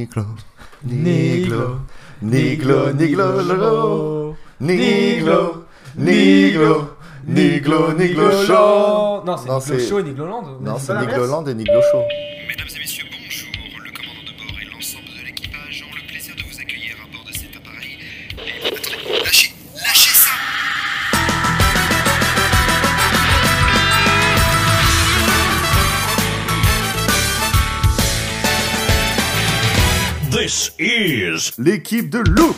Niglo, Niglo, Niglo, Niglo, Niglo, Niglo, Niglo, Niglo, Niglo Show. Non, c'est Niglo Show et Nigloland. Non, c'est Nigloland et Niglo Show. Mesdames et messieurs, bonjour. Le commandant de bord et l'ensemble de l'équipage ont le plaisir de vous accueillir à bord de cet appareil. Et lâchez ça. This is L'équipe de Loop.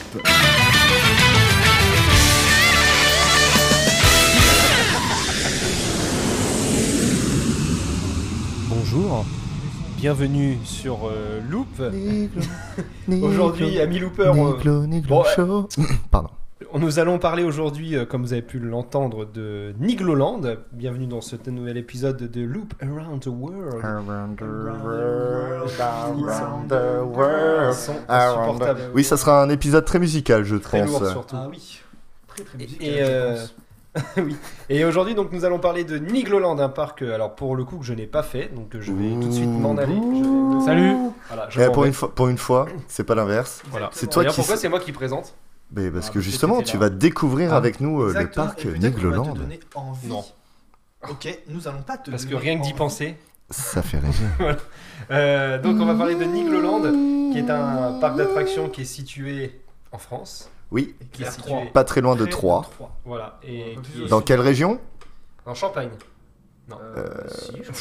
Bonjour, bienvenue sur Loop. Niglo, Niglo, Aujourd'hui, amis Loopers, Niglo, Niglo bon, Show. Pardon. nous allons parler aujourd'hui, comme vous avez pu l'entendre, de Nigloland. Bienvenue dans ce nouvel épisode de Loop Around the World. Around the world, around the world. Son Around insupportable. the- Oui, ça sera un épisode très musical, je Très pense. lourd surtout. Ah oui, très musical. Et, oui. Et aujourd'hui, donc, nous allons parler de Nigloland, un parc, alors pour le coup que je n'ai pas fait, donc je vais tout de suite m'en aller. Salut. Voilà, je m'en vais. Pour une fois, c'est pas l'inverse. Voilà. C'est toi D'ailleurs, qui. pourquoi c'est moi qui présente? Mais parce Ah, que parce que justement, t'étais tu là. vas découvrir avec nous le Exactement, parc et peut-être qu'on va Nigloland. te donner envie. Non. Ok, nous allons pas te Parce que donner rien que d'y envie. penser. Ça fait rêver. Donc on va parler de Nigloland, qui est un parc d'attractions qui est situé en France. Oui, Qui est Vers situé, Troyes. pas très loin de Très Troyes. Troyes. voilà, et Un peu qui plus est au Dans quelle région? en Champagne. Si, je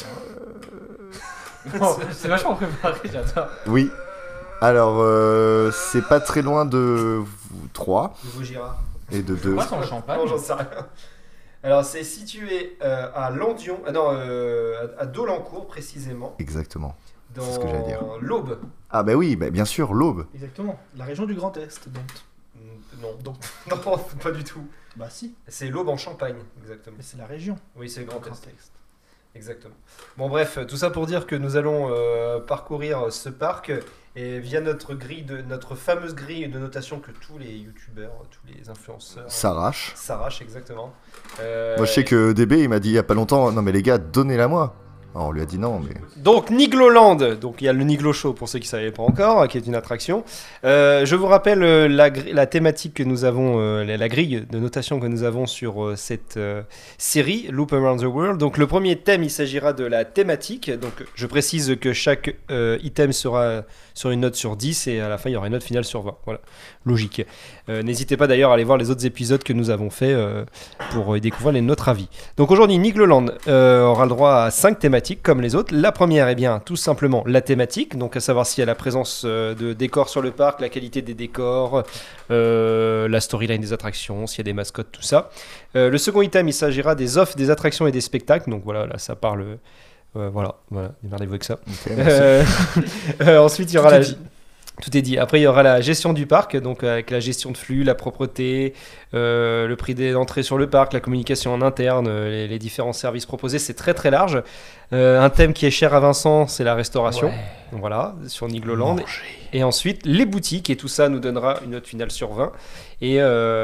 Oh, c'est vachement préparé, j'adore. Oui. Alors, c'est pas très loin de Troyes Nouveau Girard. et de deux. en Champagne. Non, j'en sais rien. Alors c'est situé à Landion, à Dolencourt précisément, Exactement. dans C'est ce que j'allais dire. l'Aube. Ah bah oui, bah bien sûr, l'Aube. Exactement, la région du Grand Est, donc. Non, Donc, non, pas du tout. bah si, C'est l'Aube en Champagne, exactement. mais c'est la région. Oui, c'est le Grand Grand Est. Est. Exactement. Bon bref, tout ça pour dire que nous allons parcourir ce parc et via notre fameuse grille de notation que tous les youtubeurs, tous les influenceurs S'arrache. s'arrachent exactement. Moi, je sais que DB, il m'a dit il y a pas longtemps, non mais les gars, donnez-la moi. Alors, on lui a dit non, mais... Donc Nigloland, donc il y a le Niglo Show pour ceux qui ne savaient pas encore, qui est une attraction. Je vous rappelle la thématique que nous avons, la grille de notation que nous avons sur cette série, Loop Around the World. Donc le premier thème, il s'agira de la thématique. Donc je précise que chaque item sera sur une note sur 10 et à la fin il y aura une note finale sur 20. Voilà, logique. N'hésitez pas d'ailleurs à aller voir les autres épisodes que nous avons fait pour y découvrir notre avis. Donc aujourd'hui, Nigloland aura le droit à 5 thématiques comme les autres. La première est bien tout simplement la thématique, donc à savoir s'il y a la présence de décors sur le parc, la qualité des décors, la storyline des attractions, s'il y a des mascottes, tout ça. Le second item, il s'agira des offres, des attractions et des spectacles. Donc voilà, là ça parle... voilà, démerdez-vous avec ça. Ok, merci. Ensuite, il y aura la... Tout est dit. Après, il y aura la gestion du parc, donc avec la gestion de flux, la propreté, le prix d'entrée sur le parc, la communication en interne, les différents services proposés. C'est très très large. Un thème qui est cher à Vincent, c'est la restauration. Ouais. Voilà, sur Nigloland. Et ensuite, les boutiques, et tout ça nous donnera une note finale sur 20. Et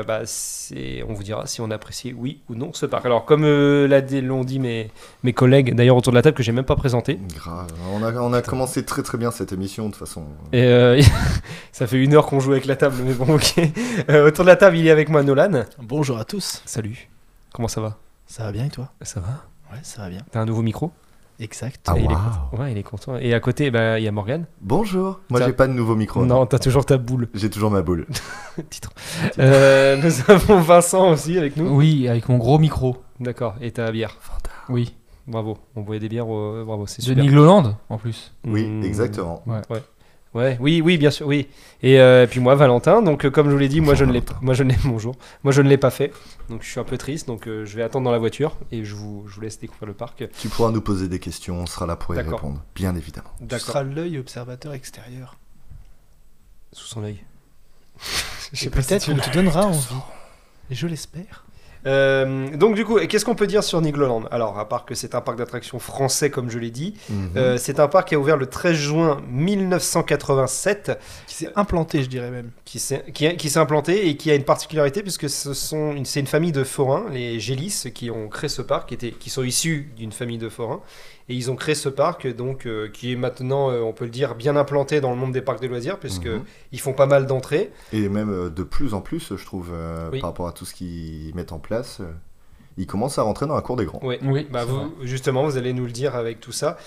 on vous dira si on apprécie oui ou non ce parc. Alors, comme l'ont dit mes collègues, d'ailleurs autour de la table, que j'ai même pas présenté. Grave. On a commencé très très bien cette émission, de toute façon. Et ça fait 1 heure qu'on joue avec la table, mais bon, ok. Autour de la table, il est avec moi Nolan. Bonjour à tous, Salut. Comment ça va? ça va bien et toi? Ça va. Ouais, ça va bien. T'as un nouveau micro? Exact. Ah, Et il est waouh. content. Ouais, il est content. Et à côté, il y a Morgane. Bonjour. Moi, Ça- j'ai pas de nouveau micro. Non, t'as toujours ta boule. J'ai toujours ma boule. Titre. Nous avons Vincent aussi avec nous. Oui, avec mon gros micro. D'accord. Et ta bière. Oui. Bravo. On boit des bières. Bravo, c'est De super. Nigloland, en plus. Oui, Mmh. exactement. Ouais, oui, bien sûr, oui. Et puis moi, Valentin. Donc, comme je vous l'ai dit, moi je ne l'ai pas fait. Donc, je suis un peu triste. Donc, je vais attendre dans la voiture et je vous laisse découvrir le parc. Tu pourras nous poser des questions, on sera là pour y D'accord. répondre, bien évidemment. Tu D'accord. seras l'œil observateur extérieur. Sous son œil. Et peut-être qu'on te donnera envie. Et je l'espère. Donc du coup, qu'est-ce qu'on peut dire sur Nigloland? Alors, à part que c'est un parc d'attractions français, comme je l'ai dit, Mhm. c'est un parc qui a ouvert le 13 juin 1987, Qui s'est implanté, je dirais même. qui s'est implanté et qui a une particularité puisque c'est une famille de forains, les Gélis, qui ont créé ce parc, qui sont issus d'une famille de forains. Et ils ont créé ce parc, donc, qui est maintenant, on peut le dire, bien implanté dans le monde des parcs de loisirs, puisque ils font pas mal d'entrées. Et même de plus en plus, je trouve, Oui. par rapport à tout ce qu'ils mettent en place, ils commencent à rentrer dans la cour des grands. Oui, Oui, bah c'est vrai. justement, vous allez nous le dire avec tout ça.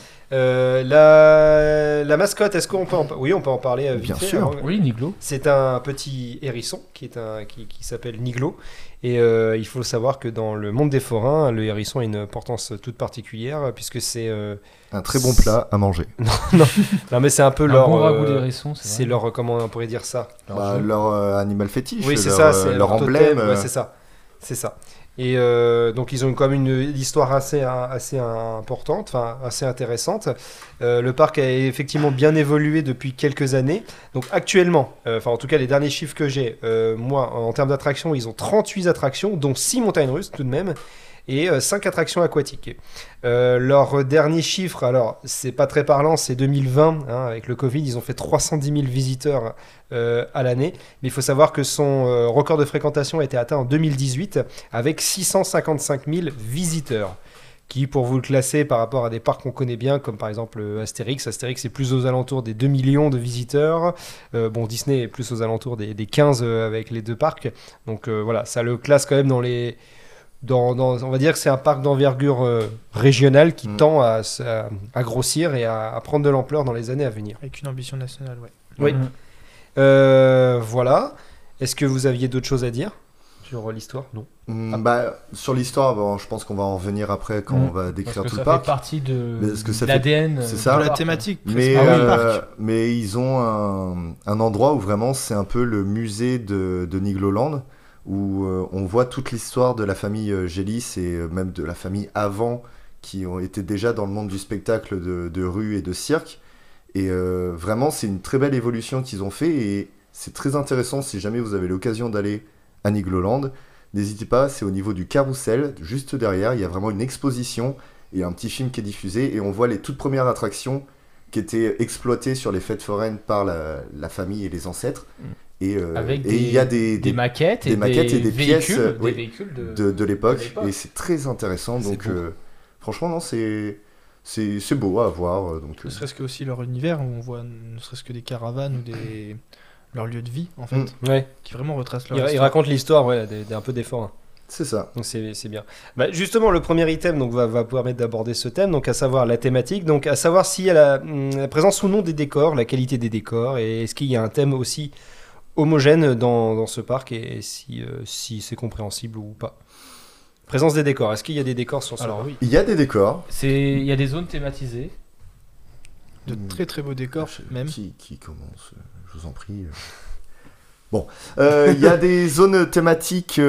La mascotte, est-ce qu'on peut oui, on peut en parler vite Bien fait, sûr. hein. Oui, Niglo. C'est un petit hérisson qui s'appelle Niglo. Et il faut savoir que dans le monde des forains, le hérisson a une importance toute particulière, puisque c'est... Un très bon plat à manger. Non, mais c'est un peu Un leur... bon ragoût d'hérisson, c'est leur... Comment on pourrait dire ça? Leur animal fétiche, Oui, c'est leur, ça, c'est leur totem, emblème. ouais, c'est ça. C'est ça. Et donc ils ont quand même une histoire assez importante, enfin assez intéressante. Le parc a effectivement bien évolué depuis quelques années. Donc actuellement, enfin en tout cas les derniers chiffres que j'ai, moi en termes d'attractions, ils ont 38 attractions, dont 6 montagnes russes tout de même, et 5 attractions aquatiques. Leur dernier chiffre, alors c'est pas très parlant, c'est 2020, hein, avec le Covid, ils ont fait 310 000 visiteurs à l'année, mais il faut savoir que son record de fréquentation a été atteint en 2018 avec 655 000 visiteurs, qui, pour vous le classer par rapport à des parcs qu'on connaît bien, comme par exemple Astérix c'est plus aux alentours des 2 millions de visiteurs. Bon, Disney est plus aux alentours des 15 avec les deux parcs, donc voilà, ça le classe quand même dans les... on va dire que c'est un parc d'envergure régionale qui tend à grossir et à prendre de l'ampleur dans les années à venir. Avec une ambition nationale, ouais. Oui. Mhm. Voilà. Est-ce que vous aviez d'autres choses à dire sur l'histoire? Non. Sur l'histoire, bon, je pense qu'on va en revenir après quand on va décrire Parce que tout ça le parc. fait partie de Parce que ça fait- l'ADN. c'est ça. De la thématique. Mais, presque. Ah oui, parc. mais ils ont un endroit où vraiment c'est un peu le musée de Nigloland, où on voit toute l'histoire de la famille Gélis et même de la famille avant, qui ont été déjà dans le monde du spectacle de rue et de cirque. Et vraiment, c'est une très belle évolution qu'ils ont fait, et c'est très intéressant si jamais vous avez l'occasion d'aller à Nigloland. N'hésitez pas, c'est au niveau du carrousel, juste derrière, il y a vraiment une exposition et un petit film qui est diffusé, et on voit les toutes premières attractions qui étaient exploitées sur les fêtes foraines par la famille et les ancêtres. Et Avec il y a des maquettes et des pièces véhicules, oui, des véhicules de l'époque, de l'époque. et c'est très intéressant. C'est Donc beau. franchement, non, c'est beau à voir. Donc, Ne serait-ce que aussi leur univers, où on voit ne serait-ce que des caravanes ou leur lieu de vie, en fait, Ouais. qui vraiment retracent leur Il histoire. raconte l'histoire, ouais, un peu des forains. c'est ça. Donc c'est bien. Bah, justement, le premier item donc, va permettre d'aborder ce thème, donc à savoir la thématique, donc à savoir s'il y a la présence ou non des décors, la qualité des décors, et est-ce qu'il y a un thème aussi homogène dans ce parc, et si c'est compréhensible ou pas. Présence des décors, est-ce qu'il y a des décors sur ce Alors parc? oui, Il y a des décors. il y a des zones thématisées. De très très beaux décors, même. Qui commence Je vous en prie. Bon, il y a des zones thématiques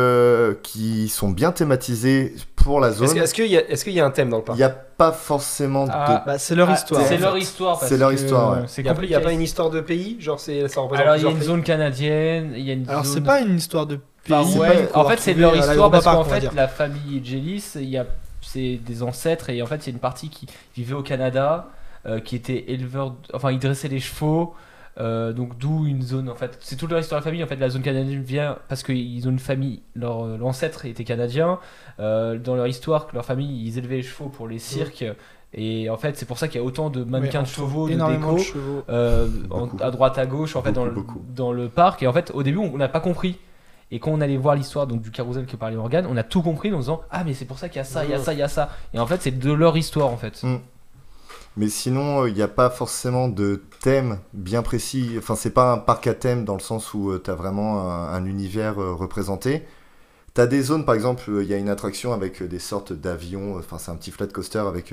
qui sont bien thématisées pour la zone. Est-ce qu'il y a un thème dans le Il parc? n'y a pas forcément Ah, Bah, c'est leur histoire. C'est en leur fait. histoire. parce C'est leur que histoire, ouais. C'est Il n'y compliqué. a pas une histoire de pays? Genre ça représente Alors il y a plusieurs une pays. zone canadienne, il y a une Alors, zone... c'est pas une histoire de pays. Enfin, c'est ouais, pas une qu'on en va fait c'est retrouver leur à la histoire parce Europa qu'en Park, on va fait dire. la famille Gélis, c'est des ancêtres et en fait il y a une partie qui vivait au Canada, qui était éleveur, enfin ils dressaient les chevaux, donc d'où une zone en fait. C'est toute leur histoire de la famille. En fait la zone canadienne vient parce qu'ils ont une famille, l'ancêtre était canadien. Dans leur histoire, que leur famille ils élevaient les chevaux pour les cirques. Et en fait, c'est pour ça qu'il y a autant de mannequins Ouais, de chevaux, de énormément de déco, chevaux. Beaucoup. à droite, à gauche, en fait, Beaucoup. dans le parc. Et en fait, au début, on n'a pas compris. Et quand on allait voir l'histoire donc du carrousel que parlait Morgane, on a tout compris en disant ah mais c'est pour ça qu'il y a ça, il y a ça, il y a ça. Et en fait, c'est de leur histoire en fait. Mais sinon, il n'y a pas forcément de thème bien précis. Enfin, c'est pas un parc à thème dans le sens où tu as vraiment un univers représenté. Tu as des zones, par exemple, il y a une attraction avec des sortes d'avions. Enfin, c'est un petit flat coaster avec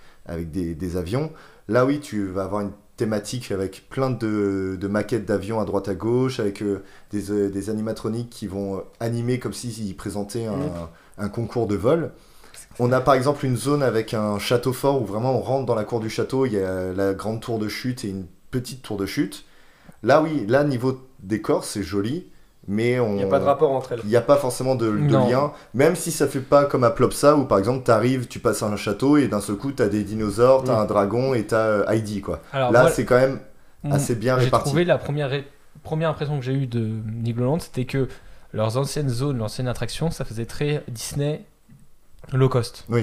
des avions. Là, oui, tu vas avoir une thématique avec plein de maquettes d'avions à droite à gauche, avec des animatroniques qui vont animer comme s'ils présentaient un concours de vol. On a par exemple une zone avec un château fort où vraiment on rentre dans la cour du château, il y a la grande tour de chute et une petite tour de chute. Là oui, là niveau décor c'est joli, mais Il n'y a pas de rapport entre elles. il n'y a pas forcément de Non. lien, même si ça fait pas comme à Plopsa où par exemple t'arrives, tu passes à un château et d'un seul coup t'as des dinosaures, t'as un dragon et t'as Heidi quoi. Alors, Là moi, c'est quand même assez bien j'ai réparti. trouvé la première impression que j'ai eue de Nigloland, c'était que leurs anciennes zones, l'ancienne attraction, ça faisait très Disney low cost. Oui.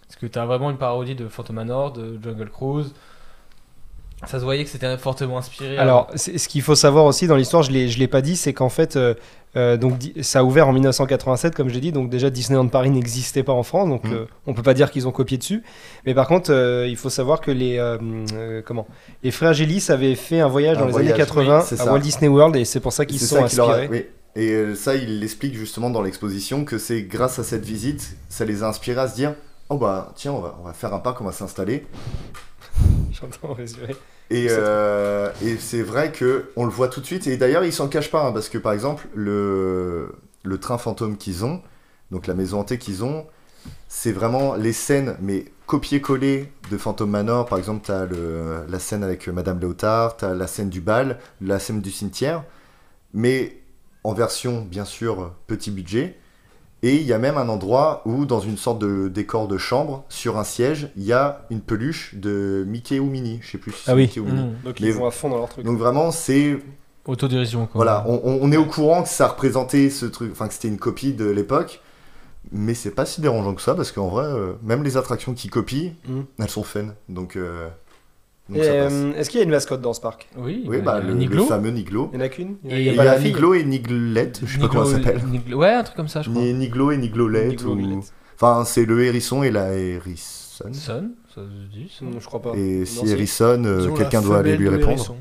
Parce que t'as vraiment une parodie de Phantom Manor, de Jungle Cruise. Ça se voyait que c'était fortement inspiré. Alors, ce qu'il faut savoir aussi dans l'histoire, je l'ai pas dit, c'est qu'en fait, ça a ouvert en 1987, comme j'ai dit, donc déjà Disneyland Paris n'existait pas en France, donc on peut pas dire qu'ils ont copié dessus. Mais par contre, il faut savoir que les frères Gélis avaient fait un voyage dans les années 80 c'est à ça. Walt Disney World, et c'est pour ça qu'ils C'est se sont ça qui leur a- inspirés. oui. Et ça, il l'explique justement dans l'exposition que c'est grâce à cette visite, ça les a inspirés à se dire oh bah tiens, on va faire un parc, on va s'installer. J'entends résumer. Et c'est vrai que on le voit tout de suite. Et d'ailleurs, ils s'en cachent pas, hein, parce que par exemple, le train fantôme qu'ils ont, donc la maison hantée qu'ils ont, c'est vraiment les scènes, mais copier-coller de Phantom Manor. Par exemple, t'as la scène avec Madame Léotard, t'as la scène du bal, la scène du cimetière, mais en version, bien sûr, petit budget. Et il y a même un endroit où, dans une sorte de décor de chambre, sur un siège, il y a une peluche de Mickey ou Minnie. Je sais plus si c'est Ah oui. Mickey ou Minnie. Donc Mais- ils vont à fond dans leur truc. Donc vraiment, c'est... Autodérision, quoi. Voilà, on est au courant que ça représentait ce truc, enfin que c'était une copie de l'époque, mais c'est pas si dérangeant que ça, parce qu'en vrai, même les attractions qui copient, elles sont fun. Donc Et, ça passe. est-ce qu'il y a une mascotte dans ce parc? Oui, Oui, bah, il y a le Niglo. fameux Niglo. Il y en a qu'une? Et Il y pas la a fille Niglo et Niglette, je sais pas comment ça s'appelle. Ouais, un truc comme ça, je crois. Niglo et Niglolette. Niglo, ou... Niglette. Enfin, c'est le hérisson et la hérissonne. Son, ça se dit, ça. Non, je crois pas. Et Non, si c'est- hérissonne, Disons, quelqu'un la doit aller femelle lui de répondre. l'hérisson.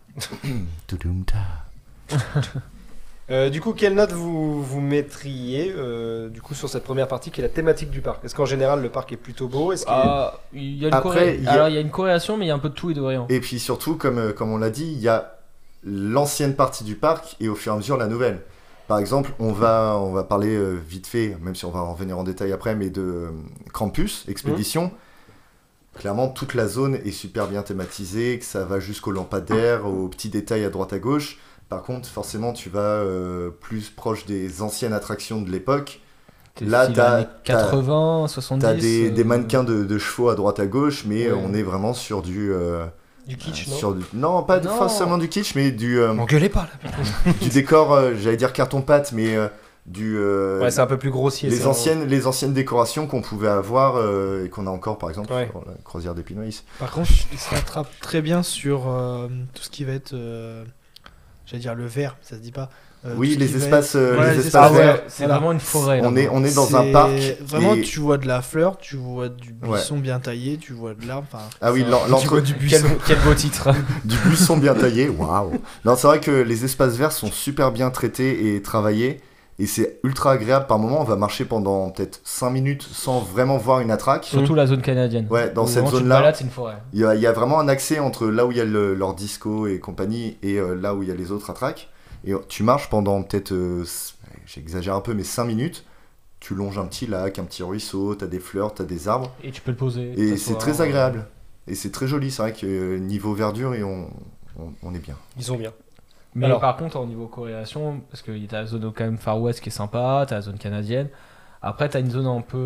Du coup, quelle note vous mettriez du coup sur cette première partie qui est la thématique du parc? Est-ce qu'en général le parc est plutôt beau? Est-ce qu'il est- Ah, il y a une Après, il y a- Alors, il y a une corrélation, mais il y a un peu de tout et de rien. Et puis surtout, comme on l'a dit, il y a l'ancienne partie du parc et au fur et à mesure la nouvelle. Par exemple, on va parler vite fait, même si on va en revenir en détail après, mais de Krampus, Expédition. Clairement, toute la zone est super bien thématisée, que ça va jusqu'aux lampadaires, aux petits détails à droite à gauche. Par contre, forcément, tu vas plus proche des anciennes attractions de l'époque. Là, Style t'as- années 80, 70. T'as des mannequins de chevaux à droite à gauche, mais Ouais. on est vraiment sur du... du kitsch, non? sur non, pas Non. forcément du kitsch, mais M'engueulez pas là. du décor, j'allais dire carton-pâte, mais du... Ouais, c'est un peu plus grossier. les c'est les anciennes décorations qu'on pouvait avoir et qu'on a encore, par exemple, Ouais. sur la croisière des Pinois. Par contre, il se rattrape très bien sur tout ce qui va être, j'allais dire le vert, ça se dit pas. Oui, tout ce les qui va espaces, être- Voilà, les les espaces espaces verts. verts. C'est Voilà. vraiment une forêt. On là-bas. est dans C'est- un parc. Vraiment, et- tu vois de la fleur, tu vois du buisson bien taillé, tu vois de l'arbre. Enfin, Ah oui, ça- l'en- tu l'entre- vois du buisson. Quel beau titre. du buisson bien taillé, waouh. Non, c'est vrai que les espaces verts sont super bien traités et travaillés. Et c'est ultra agréable. Par moment, on va marcher pendant peut-être 5 minutes sans vraiment voir une attraque. Surtout la zone canadienne. Ouais, dans Où cette vraiment, tu te zone-là, balades, c'est une forêt. il y a vraiment un accès entre là où il y a leur disco et compagnie et là où il y a les autres attraques. Et tu marches pendant peut-être, j'exagère un peu, mais 5 minutes. Tu longes un petit lac, un petit ruisseau, t'as des fleurs, t'as des arbres. Et tu peux le poser. Et t'asseoir. c'est très agréable. Et c'est très joli. C'est vrai que niveau verdure, et on est bien. Ils sont bien. Mais Alors. par contre, au niveau corrélation, parce que t'as la zone quand même Far West qui est sympa, t'as la zone canadienne. Après, t'as une zone un peu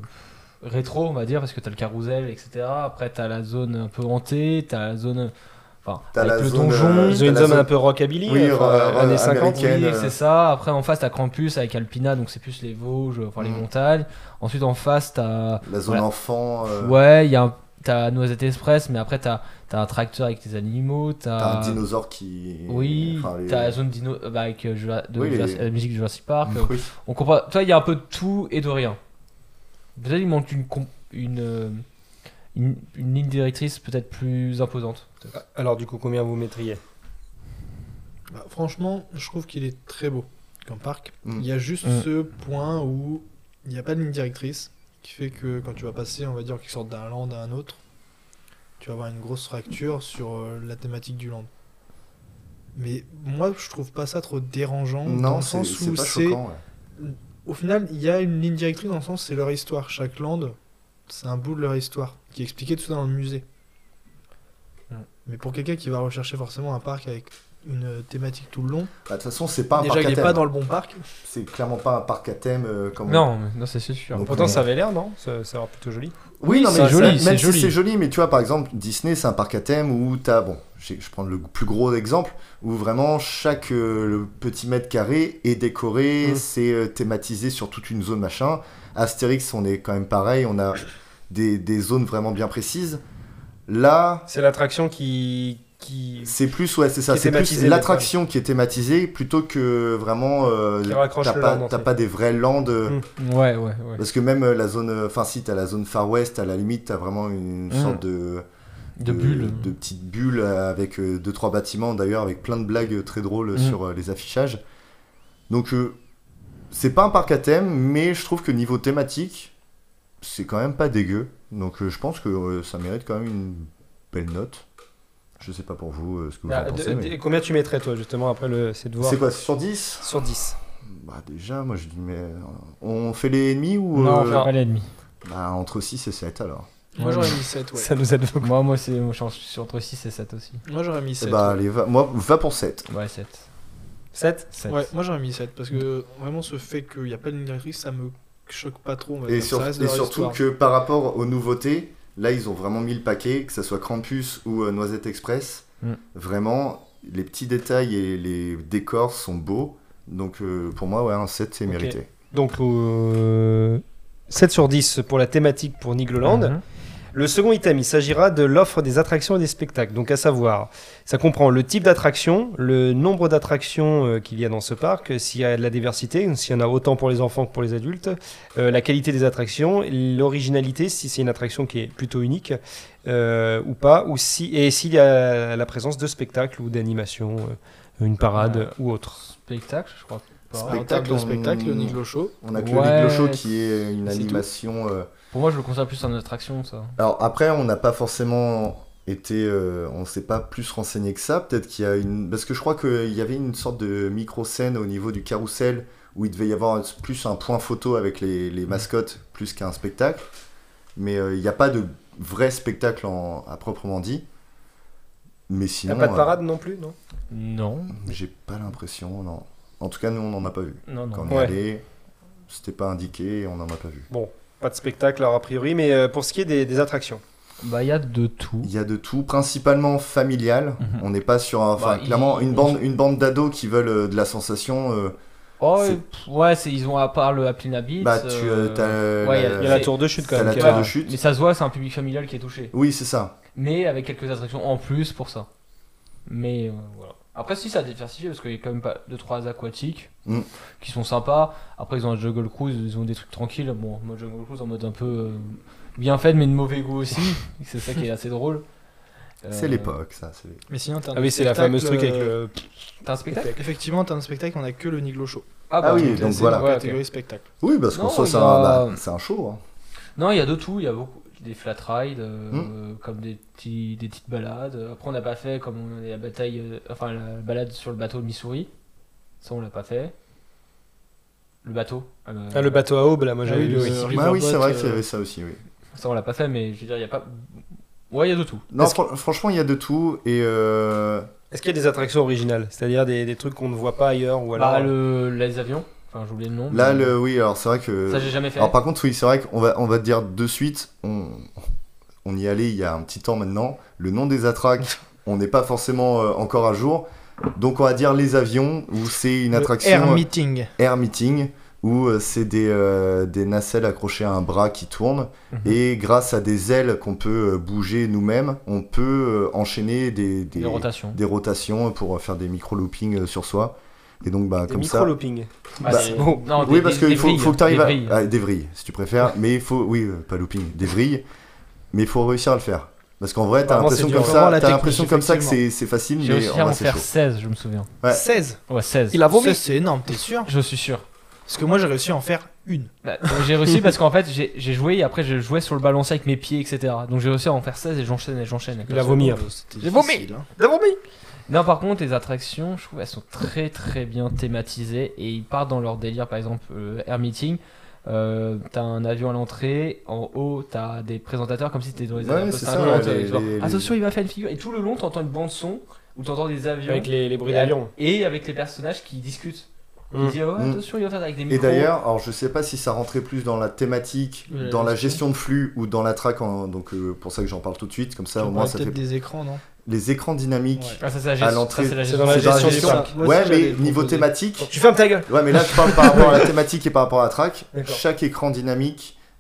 rétro, on va dire, parce que t'as le carrousel, etc. Après, t'as la zone un peu hantée, t'as la zone. Enfin, T'as avec la le zone, donjon. Ils ont une la zone zone- un peu rockabilly, Oui, années 50. américaine. Oui, c'est ça. Après, en face, t'as Krampus avec Alpina, donc c'est plus les Vosges, enfin les Mhm. montagnes. Ensuite, en face, t'as. La zone Voilà. enfant. Ouais, t'as Noisette Express, mais après, t'as un tracteur avec tes animaux, T'as un dinosaure qui. Oui, enfin, les- t'as la zone dino avec Oui, la musique de Jurassic Park. Oui. On comprend. Toi, il y a un peu de tout et de rien. Peut-être il manque une ligne directrice peut-être plus imposante. Alors du coup, combien vous mettriez? Bah, franchement, je trouve qu'il est très beau comme parc. Mm. Il y a juste Mm. ce point où il n'y a pas de ligne directrice qui fait que quand tu vas passer, on va dire qu'ils sortent d'un land à un autre, tu vas avoir une grosse fracture sur la thématique du land. Mais moi, je trouve pas ça trop dérangeant dans Non, le c'est sens où pas c'est. choquant. Ouais. Au final, il y a une ligne directrice dans le sens c'est leur histoire. Chaque land, c'est un bout de leur histoire qui est expliqué tout ça dans le musée. Mm. Mais pour quelqu'un qui va rechercher forcément un parc avec une thématique tout le long, Bah, de toute façon, c'est pas un déjà parc il à n'est thème. pas dans le bon parc. C'est clairement pas un parc à thème comme. Non, c'est sûr. Donc, Pourtant, on- ça avait l'air, non? Ça a l'air plutôt joli. Oui, non, c'est mais joli, même c'est si joli. c'est joli, mais tu vois, par exemple, Disney, c'est un parc à thème où t'as, bon, je prends le plus gros exemple, où vraiment chaque le petit mètre carré est décoré, Mm. c'est thématisé sur toute une zone machin. Astérix, on est quand même pareil, on a des zones vraiment bien précises. Là, C'est l'attraction qui... c'est plus, ouais, c'est ça, Qui est c'est plus thématisée, l'attraction qui est thématisée plutôt que vraiment, Qui raccroche t'as le pas, land t'as entier. pas des vraies landes. Ouais. Parce que même la zone, enfin si, t'as la zone Far West, à la limite, t'as vraiment une sorte De bulles. de petites bulles avec 2-3 bâtiments, d'ailleurs, avec plein de blagues très drôles sur les affichages. Donc, c'est pas un parc à thème, mais je trouve que niveau thématique, c'est quand même pas dégueu. Donc, je pense que ça mérite quand même une belle note. Je sais pas pour vous ce que vous en pensez. Mais... Combien tu mettrais, toi, justement, après c'est de voir C'est quoi, sur 10? sur 10. Bah, déjà, moi je dis, mais on fait les ennemis ou. Non, on fait pas l'ennemi. Bah, entre 6 et 7 alors. Moi j'aurais mis 7, ouais. Ça nous aide beaucoup. Moi, je suis entre 6 et 7 aussi. Moi j'aurais mis Et 7. bah, allez, moi, va pour 7. Ouais, 7. 7 7. Ouais, moi j'aurais mis 7 parce que vraiment ce fait qu'il n'y a pas de ligne directrice, ça me choque pas trop. On va Et, dire. Ça reste de leur surtout histoire. que par rapport aux nouveautés, là ils ont vraiment mis le paquet, que ce soit Krampus ou Noisette Express. Vraiment, les petits détails et les décors sont beaux. Donc pour moi, ouais, un 7 c'est mérité. Donc 7 sur 10 pour la thématique pour Nigloland. Le second item, il s'agira de l'offre des attractions et des spectacles. Donc à savoir, ça comprend le type d'attraction, le nombre d'attractions qu'il y a dans ce parc, s'il y a de la diversité, s'il y en a autant pour les enfants que pour les adultes, la qualité des attractions, l'originalité, si c'est une attraction qui est plutôt unique ou pas, et s'il y a la présence de spectacles ou d'animations, une parade ou autre. Spectacle, je crois pas. En termes de spectacle, le Niglo Show. On a que Ouais, le Niglo Show qui est une c'est tout. animation. Pour moi, je le considère plus en attraction, ça. Alors après, on n'a pas forcément été, on s'est pas plus renseigné que ça. Peut-être qu'il y a une, parce que je crois qu'il y avait une sorte de micro scène au niveau du carrousel où il devait y avoir plus un point photo avec les mascottes plus qu'un spectacle. Mais il n'y a pas de vrai spectacle à proprement dit. Mais T'as sinon, pas de parade non plus, non? Non. j'ai pas l'impression, non. En tout cas, nous on n'en a pas vu. Non. Quand on y Ouais. allait, c'était pas indiqué et on n'en a pas vu. Bon, pas de spectacle alors a priori, mais pour ce qui est des attractions. Bah, il y a de tout. Il y a de tout, principalement familial. Mhm. On n'est pas sur un, enfin Bah, clairement ils- une bande d'ados qui veulent de la sensation. Oh, C'est- ouais, ils ont à part le Happy Beats. Bah tu t'as ouais, Il y a la tour de chute quand t'as même. la qui est tour là. de chute. Mais ça se voit, c'est un public familial qui est touché. Oui, c'est ça. Mais avec quelques attractions en plus pour ça. Mais voilà. Après, si ça a diversifié, parce qu'il y a quand même pas 2-3 aquatiques Mm. qui sont sympas. Après, ils ont un Jungle Cruise, ils ont des trucs tranquilles. Bon, moi, Jungle Cruise en mode un peu bien fait, mais de mauvais goût aussi. C'est ça qui est assez drôle. C'est l'époque, ça. c'est- Mais sinon, t'as un Ah oui, c'est la fameuse truc avec spectacle, le... T'as un spectacle Effectivement, t'as un spectacle, on a que le Niglo Show. Ah oui, donc Classé voilà. dans Ouais, la ok. catégorie spectacle. Oui, parce qu'en Non, soi, il y c'est a- c'est un show. Hein. Non, il y a de tout, il y a beaucoup des flat rides, comme des petites balades. Après, on n'a pas fait comme on a la bataille, enfin la balade sur le bateau de Missouri. Ça, on l'a pas fait. Le bateau. Ah, le bateau à aube, là, moi Ah j'avais oui, vu. le- Oui. Riverboat, Ah oui, c'est vrai qu'il y avait ça aussi, oui. Ça, on l'a pas fait, mais je veux dire, il y a pas. Ouais, il y a de tout. Non, Est-ce franchement, il y a de tout et Est-ce qu'il y a des attractions originales? C'est-à-dire des trucs qu'on ne voit pas ailleurs ou alors... Bah, les avions. Enfin, j'ai oublié le nom. là, mais- oui, alors c'est vrai que. Ça, j'ai jamais fait. Alors par contre, oui, c'est vrai qu'on on va te dire de suite, on y allait il y a un petit temps maintenant, le nom des attractions, on n'est pas forcément encore à jour, donc on va dire les avions, où c'est une Le attraction Air Meeting. Air Meeting, où c'est des nacelles accrochées à un bras qui tournent, Mhm. et grâce à des ailes qu'on peut bouger nous-mêmes, on peut enchaîner des rotations. des rotations pour faire des micro-loopings sur soi. Et donc, bah, Des comme ça. micro-loopings. Ah, Bah, c'est- bon. non, Oui, parce qu'il faut que tu arrives des vrilles. des vrilles, si tu préfères. Mais il faut, oui, pas looping, des vrilles. Mais il faut réussir à le faire. Parce qu'en vrai, t'as Vraiment, l'impression c'est comme dur. Vraiment, ça, la t'as l'impression technique, comme ça que c'est facile, J'ai mais réussi en à en vrai, c'est faire chaud. 16, je me souviens. Ouais. 16. Ouais, 16. Il a vomi. Ça, c'est énorme, t'es sûr? Je suis sûr. Parce que moi, j'ai réussi à en faire une. Bah, j'ai réussi parce qu'en fait, j'ai joué et après, je jouais sur le balancier avec mes pieds, etc. Donc, j'ai réussi à en faire 16 et j'enchaîne. Il a vomi. C'était J'ai vomi. difficile, hein. Il a vomi. Non, par contre, les attractions, je trouve elles sont très très bien thématisées et ils partent dans leur délire. Par exemple, Air Meeting, t'as un avion à l'entrée, en haut, t'as des présentateurs comme si t'étais dans les Ouais, années c'est ça, 50. ouais, genre, les- attention, il va faire une figure. Et tout le long, t'entends une bande-son où t'entends des avions Avec les bruits et, d'avion. et avec les personnages qui discutent. Mm. Ils disent, ouais, Mm. attention, il va faire avec des Et micros. d'ailleurs, alors je sais pas si ça rentrait plus dans la thématique, Ouais, dans la la gestion de flux ou dans la track, donc pour ça que j'en parle tout de suite, comme ça Tu au moins parlais ça peut-être fait. des écrans, non? Les écrans dynamiques Ouais. Ah, ça, c'est la à gestion. l'entrée, Ça, c'est la c'est gestion. dans la c'est dans la gestion du gestion. parc. Moi Ouais, aussi, j'allais mais le niveau proposer. thématique. Tu fermes ta gueule. Ouais, mais là je parle par rapport à la thématique et par rapport à la track. D'accord. Chaque écran dynamique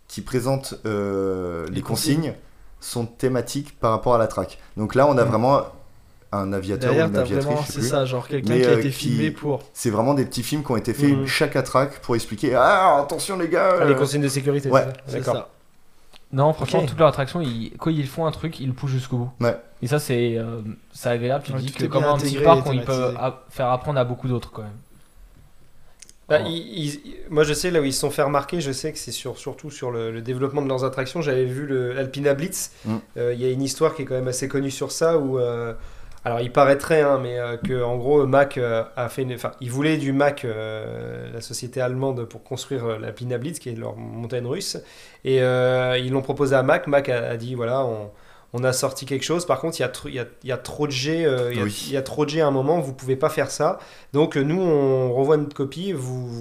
qui présente les consignes sont thématiques par rapport à l'attract. Donc là, on a vraiment un aviateur ou Derrière, une t'as aviatrice, vraiment, je sais c'est plus. ça, genre quelqu'un Mais, qui a été qui- filmé pour. C'est vraiment des petits films qui ont été faits Mhm. chaque attract pour expliquer ah attention les gars. Ah, les consignes de sécurité. Ouais, c'est ça C'est D'accord. ça. Non, franchement, Ok. toute leur attraction, quand ils font un truc, ils le poussent jusqu'au bout. Ouais. Et ça, c'est agréable. Tu te Ouais, dis tout que est bien comme un petit intégré parc, et il peut thématisé. faire apprendre à beaucoup d'autres quand même. Bah, Oh. moi, je sais, là où ils se sont fait remarquer, je sais que c'est surtout sur le développement de leurs attractions. J'avais vu le Alpina Blitz. Mm. Il y a une histoire qui est quand même assez connue sur ça où. Alors, il paraîtrait, hein, mais que en gros, Mack a fait. Enfin, ils voulaient du Mack, la société allemande, pour construire l'Alpina Blitz, qui est leur montagne russe. Et ils l'ont proposé à Mack. Mack a dit voilà, on a sorti quelque chose. Par contre, il y a trop de jets. Oui. Il y a trop de jets à un moment. Vous pouvez pas faire ça. Donc, nous, on revoit notre copie.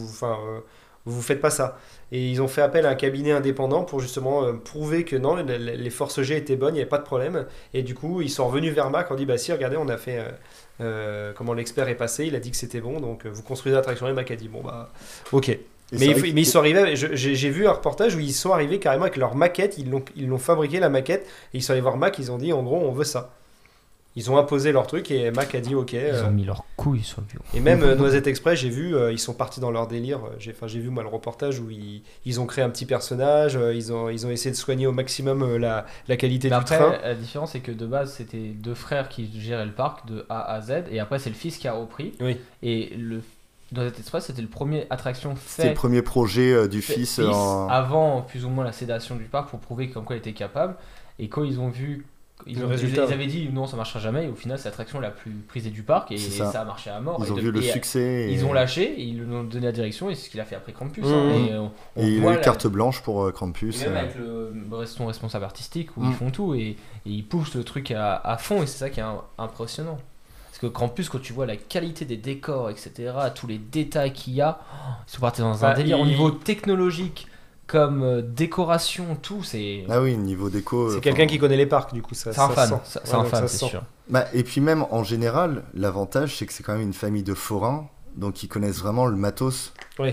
Vous faites pas ça. Et ils ont fait appel à un cabinet indépendant pour justement prouver que non, les forces G étaient bonnes, il n'y avait pas de problème. Et du coup, ils sont revenus vers Mac, on dit bah si, regardez, on a fait comment l'expert est passé, il a dit que c'était bon, donc vous construisez l'attraction. Et Mac a dit bon bah ok. Et Mais, c'est vrai que- ils sont arrivés, j'ai vu un reportage où ils sont arrivés carrément avec leur maquette, ils l'ont fabriqué la maquette, et ils sont allés voir Mac, ils ont dit en gros on veut ça. Ils ont imposé leur truc et Mac a dit ok. Ils ont mis leurs couilles sur le bureau. Et même Noisette Express, j'ai vu, ils sont partis dans leur délire. J'ai vu moi le reportage où ils ont créé un petit personnage, ils ont essayé de soigner au maximum la qualité Mais du après, train. la différence, c'est que de base, c'était deux frères qui géraient le parc de A à Z, et après, c'est le fils qui a repris. Oui. Et dans cette Express, c'était le premier attraction C'était fait le premier projet du fils avant plus ou moins la sédation du parc pour prouver comme quoi il était capable. Et quand ils ont vu, Le résultat. ils avaient dit non, ça marchera jamais. Et au final, c'est l'attraction la plus prisée du parc et C'est ça. ça. a marché à mort. Ils ont Et vu le et succès. Ils et- ont lâché, et ils lui ont donné la direction et c'est ce qu'il a fait après Krampus. Mmh. hein. Et on Et il voit a eu la- carte blanche pour Krampus. et même avec son responsable artistique où ils Mm. font tout et ils poussent le truc à fond et c'est ça qui est impressionnant. Parce que Krampus, quand tu vois la qualité des décors, etc., tous les détails qu'il y a, ils sont partis dans un Bah, délire au niveau technologique comme décoration, tout, c'est Ah oui, niveau déco. C'est quelqu'un qui connaît les parcs, du coup. Ça, c'est un ça fan, sent. c'est Ouais, un donc fan, ça c'est sent. sûr. Bah, et puis même en général, l'avantage c'est que c'est quand même une famille de forains, donc ils connaissent vraiment le matos. Oui.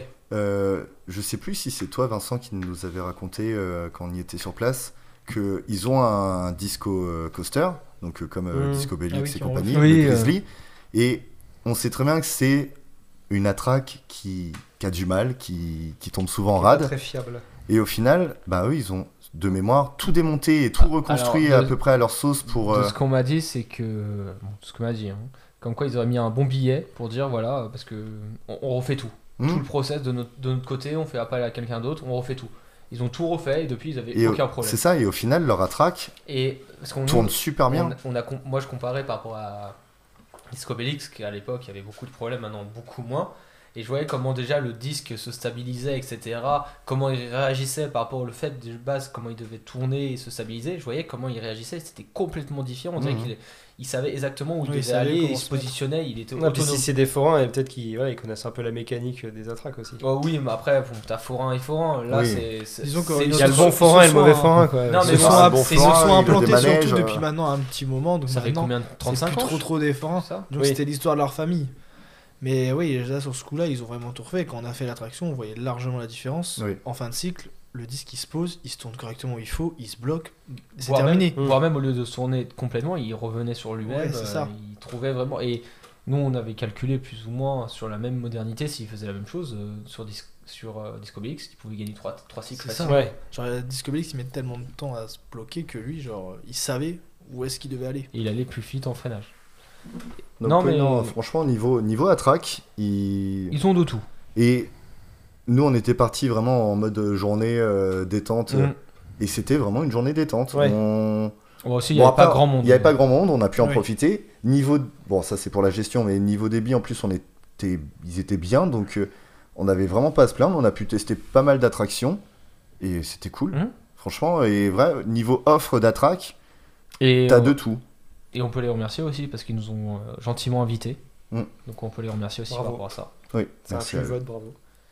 Je sais plus si c'est toi Vincent qui nous avait raconté quand on y était sur place qu'ils ont un disco coaster, donc comme Disco Bellix Ah oui, et qui ont compagnie, refait. le Oui, Grizzly, et on sait très bien que c'est une attraque qui a du mal, qui tombe souvent en Pas rade, très fiable. et au final, bah eux ils ont de mémoire tout démonté et tout reconstruit alors, à peu près à leur sauce pour... De ce qu'on m'a dit, c'est que. Bon, ce qu'on m'a dit, hein, comme quoi ils auraient mis un bon billet pour dire voilà, parce que on refait tout. Hmm. Tout le process de notre côté, on fait appel à quelqu'un d'autre, on refait tout. Ils ont tout refait et depuis ils avaient Et aucun problème. c'est ça, et au final, leur attraque Et parce qu'on tourne super bien. moi je comparais par rapport à Disco Bellix, qui à l'époque il y avait beaucoup de problèmes, maintenant beaucoup moins. Et je voyais comment déjà le disque se stabilisait, etc. Comment il réagissait par rapport au fait de base, comment il devait tourner et se stabiliser. Je voyais comment il réagissait, c'était complètement différent. On dirait Mhm. qu'il savait exactement où il Oui, il devait savait aller, comment il se se positionnait, il était Ouais, puis autonome. si c'est des forains, et peut-être qu'ils ils connaissent un peu la mécanique des attraques aussi. Oh oui, mais après, bon, t'as forain et forain. Là, Oui. Disons que Il y ce a le sont- bon forain et ce le mauvais sont un- forain, quoi. Non, mais Ils bon, sont, un bon ils forain, se sont il y a implantés des manèges, surtout depuis maintenant un petit moment. Donc ça fait maintenant, combien de c'est 35 plus ans trop des forains. ça Donc Oui. c'était l'histoire de leur famille. Mais oui, là sur ce coup-là, ils ont vraiment tout refait. Quand on a fait l'attraction, on voyait largement la différence. Oui. En fin de cycle, le disque il se pose, il se tourne correctement où il faut, il se bloque, c'est Voire terminé. Même, voire même au lieu de se tourner complètement, il revenait sur lui-même. Ouais, c'est ça. Il trouvait vraiment. Et nous, on avait calculé plus ou moins sur la même modernité s'il faisait la même chose sur Disco Bellix, il pouvait gagner 3 cycles. C'est ça. facilement. Ouais. Genre Disco Bellix, il met tellement de temps à se bloquer que lui, genre, il savait où est-ce qu'il devait aller. Et il allait plus vite en freinage. Donc, Non, oui, mais- non, franchement, niveau attraque, Ils ont de tout. et nous, on était partis vraiment en mode journée détente, Mm. et c'était vraiment une journée détente. Ouais. On... Bon, aussi, il Bon, n'y avait pas après, grand monde. Il n'y avait pas grand monde, on a pu en Oui. profiter. Bon, ça c'est pour la gestion, mais niveau débit, en plus, ils étaient bien, donc on n'avait vraiment pas à se plaindre. On a pu tester pas mal d'attractions, et c'était cool. Mhm. Franchement, et vrai, niveau offre d'attraque, Et, t'as de tout. et on peut les remercier aussi parce qu'ils nous ont gentiment invités. Mm. Donc on peut les remercier aussi Bravo. par rapport à ça. Oui, C'est un merci à plus eux. vote, bravo.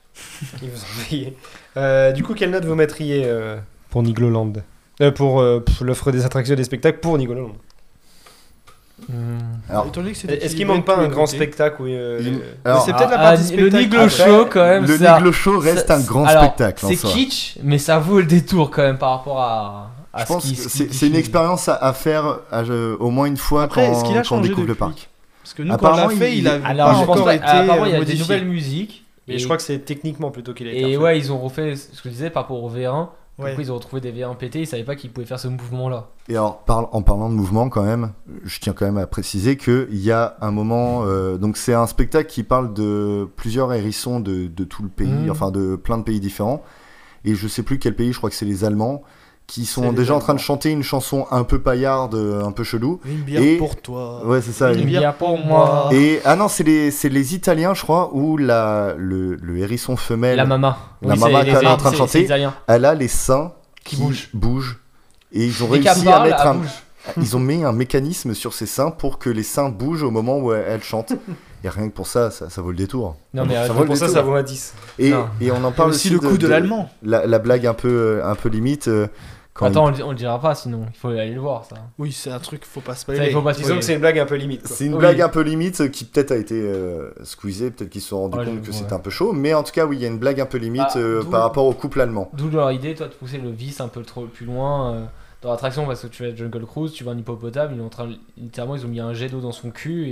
Ils vous ont payé. Du coup, quelle note vous mettriez pour Nigloland Pour l'offre des attractions et des spectacles pour Nigloland Alors, Étant donné que c'est Est-ce qu'il équilibré manque pas de tous un les grand côtés. spectacle où, alors, c'est peut-être la partie le spectacle. Niglo Après, Show quand même. le ça- Niglo Show reste ça- un grand alors, spectacle en C'est soi. kitsch, mais ça vaut le détour quand même par rapport à Je ce pense qui. que c'est une expérience à faire au moins une fois Après, est-ce qu'il a quand on changé découvre le depuis parc. Parce que nous, quand on Apparemment, l'a fait, il a Alors, pas je pense encore pas. été Apparemment, il y a des modifié. nouvelles musiques. Et je crois que c'est techniquement plutôt qu'il a été Et refait. ouais, ils ont refait ce que je disais par rapport au V1. Ouais. Après, ils ont retrouvé des V1 pétés, ils savaient pas qu'ils pouvaient faire ce mouvement-là. Et alors, en parlant de mouvement, quand même, je tiens quand même à préciser qu'il y a un moment. Donc, c'est un spectacle qui parle de plusieurs hérissons de tout le pays, enfin de plein de pays différents. Et je sais plus quel pays, je crois que c'est les Allemands, qui sont C'est les déjà en train de Allemands. chanter une chanson un peu paillarde, un peu chelou. Une bière Et- pour toi. Ouais, c'est ça. Une une- bière pour moi. Et ah non, c'est les Italiens, je crois, où le hérisson femelle, La mama. La Oui, mama c'est- qui est c'est- en train de c'est- chanter. C'est italien. elle a les seins Qui bougent. Et ils ont Dès qu'elle réussi à parle, mettre elle bouge. ils ont mis un mécanisme sur ses seins pour que les seins bougent au moment où elle chante. Et rien que pour ça vaut le détour. Non, mais Ça vaut le Pour ça, détour. ça vaut un 10. Et, Non. et on en Il y a parle aussi le coup de l'allemand. La blague un peu limite. Quand Attends, on le dira pas sinon. Il faut aller le voir ça. Oui, c'est un truc, faut pas Ça, spoiler. il faut pas Disons spoiler. que c'est une blague un peu limite. Quoi. c'est une Oui. blague un peu limite qui peut-être a été squeezée, peut-être qu'ils se sont rendus Ouais, compte que ouais. c'était un peu chaud, mais en tout cas oui, il y a une blague un peu limite Ah, d'où- par rapport au couple allemand. D'où leur idée, toi, de pousser le vice un peu trop plus loin dans l'attraction parce que tu vas à Jungle Cruise, tu vois un hippopotame, il est en train, littéralement, ils ont mis un jet d'eau dans son cul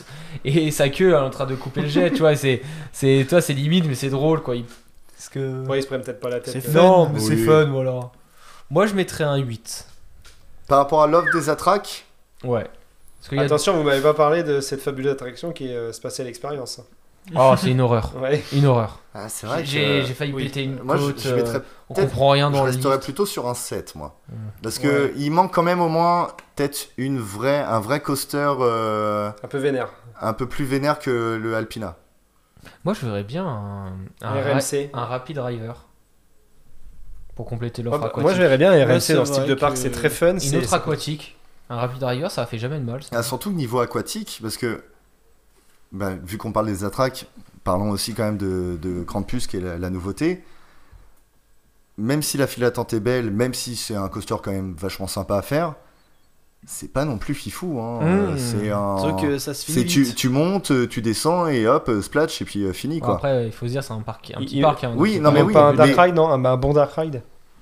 et sa queue elle est en train de couper le jet, tu vois, c'est limite, mais c'est drôle quoi. Parce que. Ouais, ils se prennent peut-être pas la tête. C'est euh. fun. Non, mais Oui. c'est fun, voilà. Moi, je mettrais un 8. Par rapport à l'offre des attracs, Ouais. Parce qu'il y a... Attention, vous m'avez pas parlé de cette fabuleuse attraction qui est Spatial Experience. Oh, c'est une horreur. Ouais. Une horreur. c'est vrai J'ai que failli oui. péter une moi côte. je mettrais on peut-être- comprend rien je dans le resterais lift. plutôt sur un 7 moi. Parce que Ouais. il manque quand même au moins peut-être un vrai coaster Un peu vénère. un peu plus vénère que le Alpina. Moi, je verrais bien un RMC. un Rapid Driver. Pour compléter Ouais, l'offre bah, aquatique. moi, je verrais bien RMC c'est dans ce type vrai de parc, que- c'est très fun. Une c'est- autre c'est- aquatique. Un Rapid Driver, ça fait jamais de mal. ça. Ah, surtout niveau aquatique, parce que vu qu'on parle des attracs, parlons aussi quand même de Krampus qui est la nouveauté. Même si la file d'attente est belle, même si c'est un coaster quand même vachement sympa à faire, c'est pas non plus fifou. Hein. C'est un. Sauf que ça se finit C'est vite. tu montes, tu descends et hop, splash et puis fini Bon, quoi. après, il faut se dire, c'est un parc, un petit Il- parc. Hein, oui, donc non, c'est mais pas- oui, Pas un mais- dark ride, non un bon dark ride.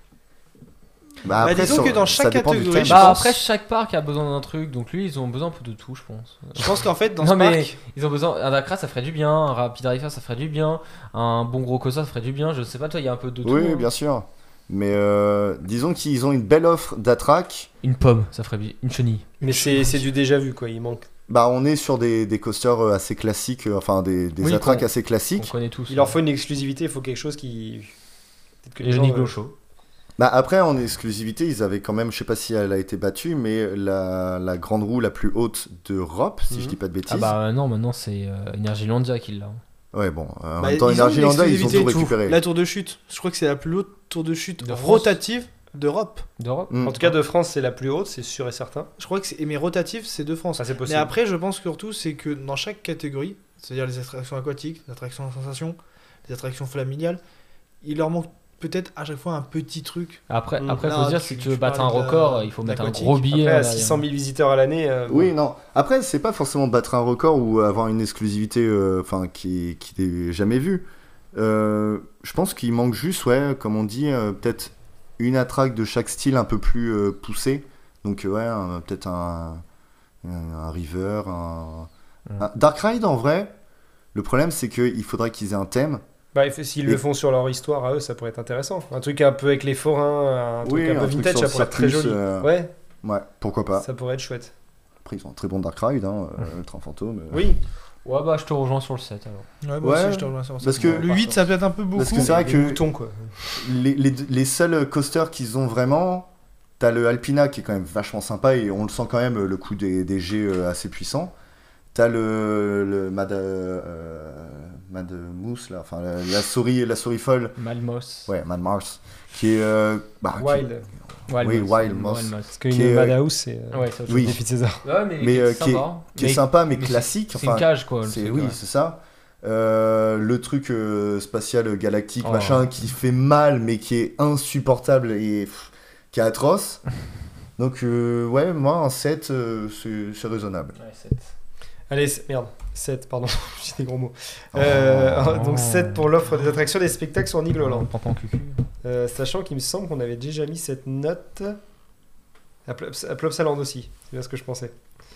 Bah, après, disons que dans ça chaque dépend du catégorie, thème. je Bah, pense- après, chaque parc a besoin d'un truc, donc lui, ils ont besoin un peu de tout, je pense. Je pense qu'en fait, dans Non, ce mais parc, ils ont besoin. Un Dark Ride, ça ferait du bien. Un Rapid Driver, ça ferait du bien. Un bon gros coaster, ça ferait du bien. Je sais pas, toi, il y a un peu de tout. Oui, hein. bien sûr. Mais disons qu'ils ont une belle offre d'attracs. Une pomme, ça ferait bien. Une chenille. Mais c'est du déjà vu, quoi. Il manque. Bah, on est sur des coasters assez classiques, enfin des Oui, attracs qu'on- assez On classiques. connaît tous. Il leur faut une exclusivité, il faut quelque chose qui. Peut-être que Et les le gens, Niglo Show. Bah, après, en exclusivité, ils avaient quand même, je sais pas si elle a été battue, mais la grande roue la plus haute d'Europe, si je Mhm. dis pas de bêtises. Ah bah non, maintenant c'est Energylandia qui l'a. Ouais, bon, en bah, même temps, ils ont une Energylandia, ils ont exclusivité tout et tout. récupéré. La tour de chute, je crois que c'est la plus haute tour de chute De France. rotative d'Europe. D'Europe. Mm. En tout cas, de France, c'est la plus haute, c'est sûr et certain. Je crois que c'est mais rotative, c'est de France. Ça, c'est Mais possible. après, je pense surtout, c'est que dans chaque catégorie, c'est-à-dire les attractions aquatiques, les attractions à sensation, les attractions familiales, il leur manque peut-être à chaque fois un petit truc. Après, Mm. après Là, faut dire, tu- si tu tu veux battre un parlais de- record, il faut mettre un d'aquatique. gros billet. Après, à derrière. 600 000 visiteurs à l'année. Oui, non. Après, c'est pas forcément battre un record ou avoir une exclusivité enfin qui n'est jamais vue. Je pense qu'il manque juste, ouais, comme on dit, peut-être une attraque de chaque style un peu plus poussée. Donc, ouais, peut-être un River, un Dark Ride en vrai. Le problème, c'est qu'il faudrait qu'ils aient un thème. Bah, s'ils le Et- font sur leur histoire à eux, ça pourrait être intéressant. Un truc un peu avec les forains, un truc Oui, un peu un truc vintage, sur ça le pourrait être très circus, joli. Ouais, Ouais, pourquoi pas. ça pourrait être chouette. Après, ils ont un très bon Dark Ride, hein, le train fantôme. Oui, Ouais, bah je te rejoins sur le 7 alors. Ouais, moi Ouais, aussi, je te rejoins sur ça. parce que- Le 8, ça peut être un peu beaucoup. Parce que c'est vrai les que moutons, quoi. les seuls coasters qu'ils ont vraiment, t'as le Alpina qui est quand même vachement sympa et on le sent quand même le coup des jets assez puissants. T'as le Mad Moose là, enfin la souris folle, Malmos. ouais, Mad Mars, qui est Wild. Oui, Wild Moss. Parce Qui qu'une est, Madhouse, c'est Ouais, c'est autre oui. chose. défi de César. Ouais, Mais, qui est sympa. qui est sympa mais mais classique. C'est une Enfin, cage quoi. le c'est truc, oui, ouais. c'est ça. Le truc spatial galactique Oh. machin qui fait mal mais qui est insupportable et qui est atroce. Donc, ouais, moi, un 7, c'est raisonnable. Ouais, 7. Allez, merde, 7, pardon, j'ai des gros mots. Oh. Donc 7 pour l'offre des attractions des spectacles sur Nigloland. Pampan cucu. Sachant qu'il me semble qu'on avait déjà mis cette note à Plopsaland aussi, c'est bien ce que je pensais.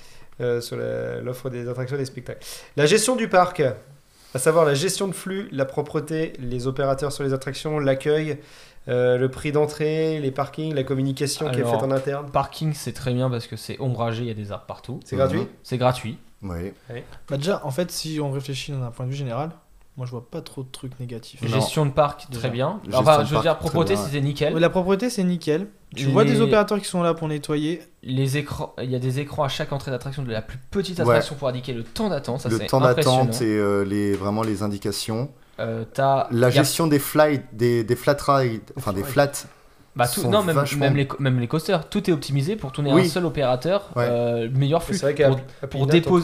Sur l'offre des attractions des spectacles. La gestion du parc, à savoir la gestion de flux, la propreté, les opérateurs sur les attractions, l'accueil, le prix d'entrée, les parkings, la communication qui est Alors, faite en interne. Parking, c'est très bien parce que c'est ombragé, il y a des arbres partout. C'est gratuit. C'est gratuit. Oui. Bah déjà, en fait, si on réfléchit d'un point de vue général, moi je vois pas trop de trucs négatifs. Non. Gestion de parc, Déjà. très bien. Gestion Enfin, de je veux parc, dire, très propreté, bien, ouais. c'était nickel. La propreté, c'est nickel. Tu vois Les- des opérateurs qui sont là pour nettoyer. Les écrans, il y a des écrans à chaque entrée d'attraction de la plus petite Ouais. attraction pour indiquer le temps d'attente. Ça, Le c'est temps impressionnant. d'attente et vraiment les indications. T'as La y a- gestion des flights, des flat rides, enfin des flats. Bah, tout, sont non, même, vachement- même les coasters, tout est optimisé pour tourner Oui. un seul opérateur, Ouais. meilleur flux. C'est vrai qu'à Pour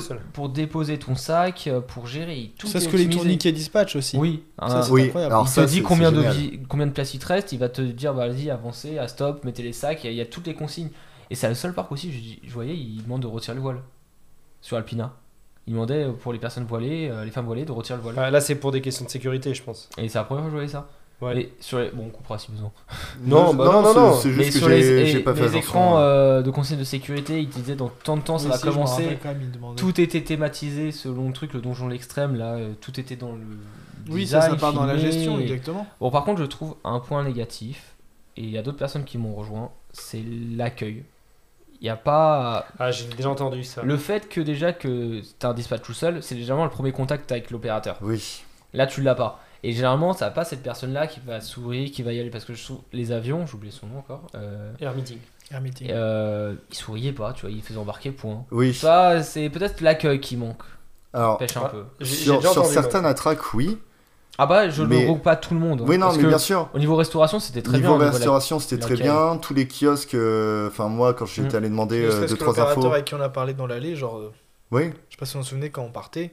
déposer ton sac, pour gérer, tout C'est est ce que les optimisé. tourniquets dispatchent aussi. Oui, Ça, c'est Oui, incroyable. alors il ça, te dit c'est combien de, génial. combien de place il te reste, il va te dire bah, vas-y, avancez, à stop, mettez les sacs, il y a toutes les consignes. Et c'est le seul parc aussi, je voyais, il demande de retirer le voile sur Alpina. Il demandait pour les personnes voilées, les femmes voilées, de retirer le voile. Ah, là, c'est pour des questions de sécurité, je pense. Et c'est la première fois que je voyais ça. Ouais. Et sur les... Bon, on coupera si besoin. Non, bah non. C'est Mais juste que sur j'ai pas fait les attention. écrans de consignes de sécurité, il te disait dans tant de temps ça Oui, va si, je me commencer. rappelle quand même, il demandait. Tout était thématisé selon le truc, le donjon de l'extrême, là, tout était dans le. Oui, ça design, part dans la filmé, gestion, et- exactement. Bon, par contre, je trouve un point négatif, et il y a d'autres personnes qui m'ont rejoint, c'est l'accueil. Il n'y a pas. Ah, j'ai déjà entendu ça. Le fait que déjà que tu as un dispatch tout seul, c'est généralement le premier contact avec l'opérateur. Oui. Là, tu l'as pas. Et généralement, ça n'a pas cette personne-là qui va sourire, qui va y aller. Parce que je trouve les avions, j'ai oublié son nom encore, Air meeting. Air meeting. il souriait pas, tu vois, il faisait embarquer, point. Oui. Ça, c'est peut-être l'accueil qui manque, Alors, pêche un Ah. peu. J'ai sur déjà entendu, certains moi. attraques, oui. Ah bah, je Mais- ne regroupe pas tout le monde. hein, Oui, non, parce mais que bien sûr. Au niveau restauration, c'était très bien. Niveau au niveau de la- restauration, c'était très l'accueil. bien. Tous les kiosques, enfin, moi, quand j'étais allé demander Ne serait-ce que 2-3 l'opérateur infos. avec qui on a parlé dans l'allée, genre, Oui, je sais pas si vous vous souvenez quand on partait.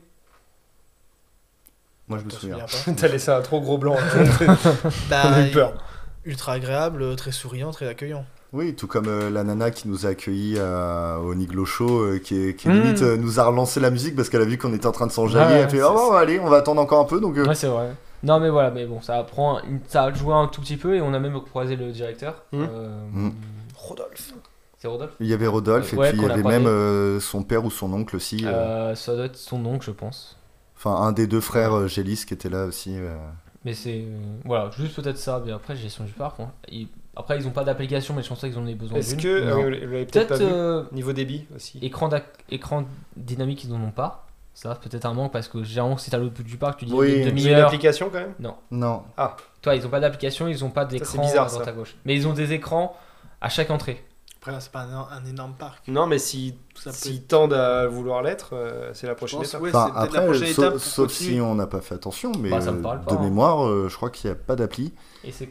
moi je me T'en souviens. souviens pas T'as laissé un trop gros blanc. Bah, On a eu peur. Ultra agréable, très souriant, très accueillant. Oui, tout comme la nana qui nous a accueillis au Niglo Show, qui Mm. limite nous a relancé la musique parce qu'elle a vu qu'on était en train de s'enjailler. Ouais, Elle fait c'est- oh, allez, on va attendre encore un peu. Donc, Ouais, c'est vrai. Non, mais voilà, mais bon, ça a joué un tout petit peu et on a même croisé le directeur. Rodolphe. C'est Rodolphe. il y avait Rodolphe Ouais, et puis il y qu'on a avait croisé. même son père ou son oncle aussi. Ça doit être son oncle, je pense. Enfin, un des deux frères Gélis qui était là aussi. Mais c'est. Voilà, juste peut-être ça. Mais après, gestion du parc. Hein. Après, ils ont pas d'application, mais je pense pas qu'ils en aient besoin Est-ce d'une. que. Non. vous l'avez peut-être pas Peut-être vu. Niveau débit aussi. écran dynamique, ils en ont pas. Ça, peut-être un manque parce que généralement, si t'es à l'autre bout du parc, tu dis Oui. une Vous avez une demi-heure. application quand même Non. Toi, ils ont pas d'application, ils ont pas d'écran c'est bizarre, à droite ça. à gauche. Mais ils ont des écrans à chaque entrée. Après, là, c'est pas un énorme parc. Non, mais si Ça peut s'ils tendent à vouloir l'être, c'est la Je prochaine pense, étape. ouais, Enfin, c'est peut-être la après, prochaine étape. pour sauf continuer. si on n'a pas fait attention, mais Bah, ça me parle pas, de hein. mémoire, je crois qu'il n'y a pas d'appli. Et c'est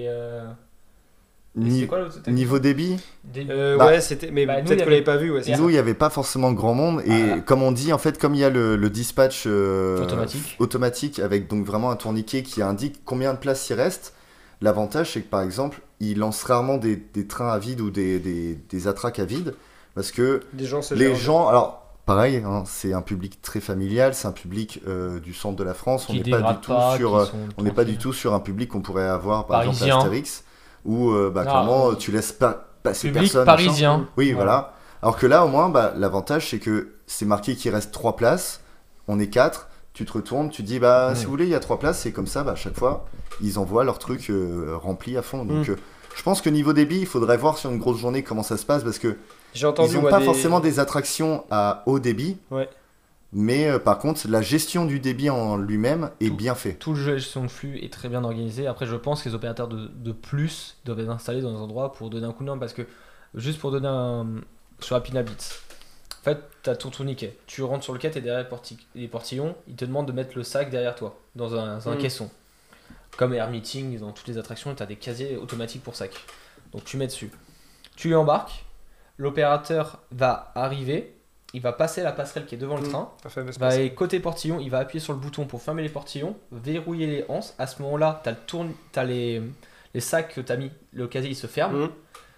Ni- quoi l'autre Niveau débit, Début. Bah, Ouais, c'était. Mais bah, nous, il y peut-être que vous avait- l'avez pas vu, ouais. c'est ça. nous, il n'y avait pas forcément grand monde. Et Ah. comme on dit, en fait, comme il y a le dispatch Automatique. avec donc vraiment un tourniquet qui indique combien de places il reste, l'avantage, c'est que par exemple, il lance rarement des trains à vide ou des attraques à vide. Parce que Les gens se les gèrent. gens, alors pareil, hein, c'est un public très familial, c'est un public du centre de la France. On Qui n'est pas du dégradent tout pas, sur, qui sont on n'est pas du tranquilles. tout sur un public qu'on pourrait avoir par exemple Parisien. à Astérix, où Ah, clairement tu laisses pas passer Public personne. machin. parisien. Oui, voilà. Alors que là, au moins, l'avantage, c'est que c'est marqué qu'il reste 3 places. On est 4. Tu te retournes, tu dis, si vous voulez, il y a 3 places. C'est comme ça, à chaque fois, ils envoient leur truc rempli à fond. Donc, je pense que niveau débit, il faudrait voir sur une grosse journée comment ça se passe. Parce que J'ai entendu ils n'ont moi, pas des- forcément des attractions à haut débit. Ouais. Mais par contre, la gestion du débit en lui-même est bien fait. Tout le gestion de flux est très bien organisé. Après, je pense que les opérateurs de plus doivent être installés dans un endroit pour donner un coup de main. Parce que, juste pour donner un. Sur Apina Beats, en fait, tu as ton tourniquet. Tu rentres sur le quai, tu es derrière les portillons. Ils te demandent de mettre le sac derrière toi, dans un caisson. Comme Air Meeting, dans toutes les attractions, tu as des casiers automatiques pour sac. Donc, tu mets dessus. Tu embarques. L'opérateur va arriver. Il va passer la passerelle qui est devant le train. La fameuse Va passe. aller côté portillon, il va appuyer sur le bouton pour fermer les portillons, verrouiller les anses. À ce moment-là, t'as les sacs que t'as mis, le casier il se ferme. Mhm.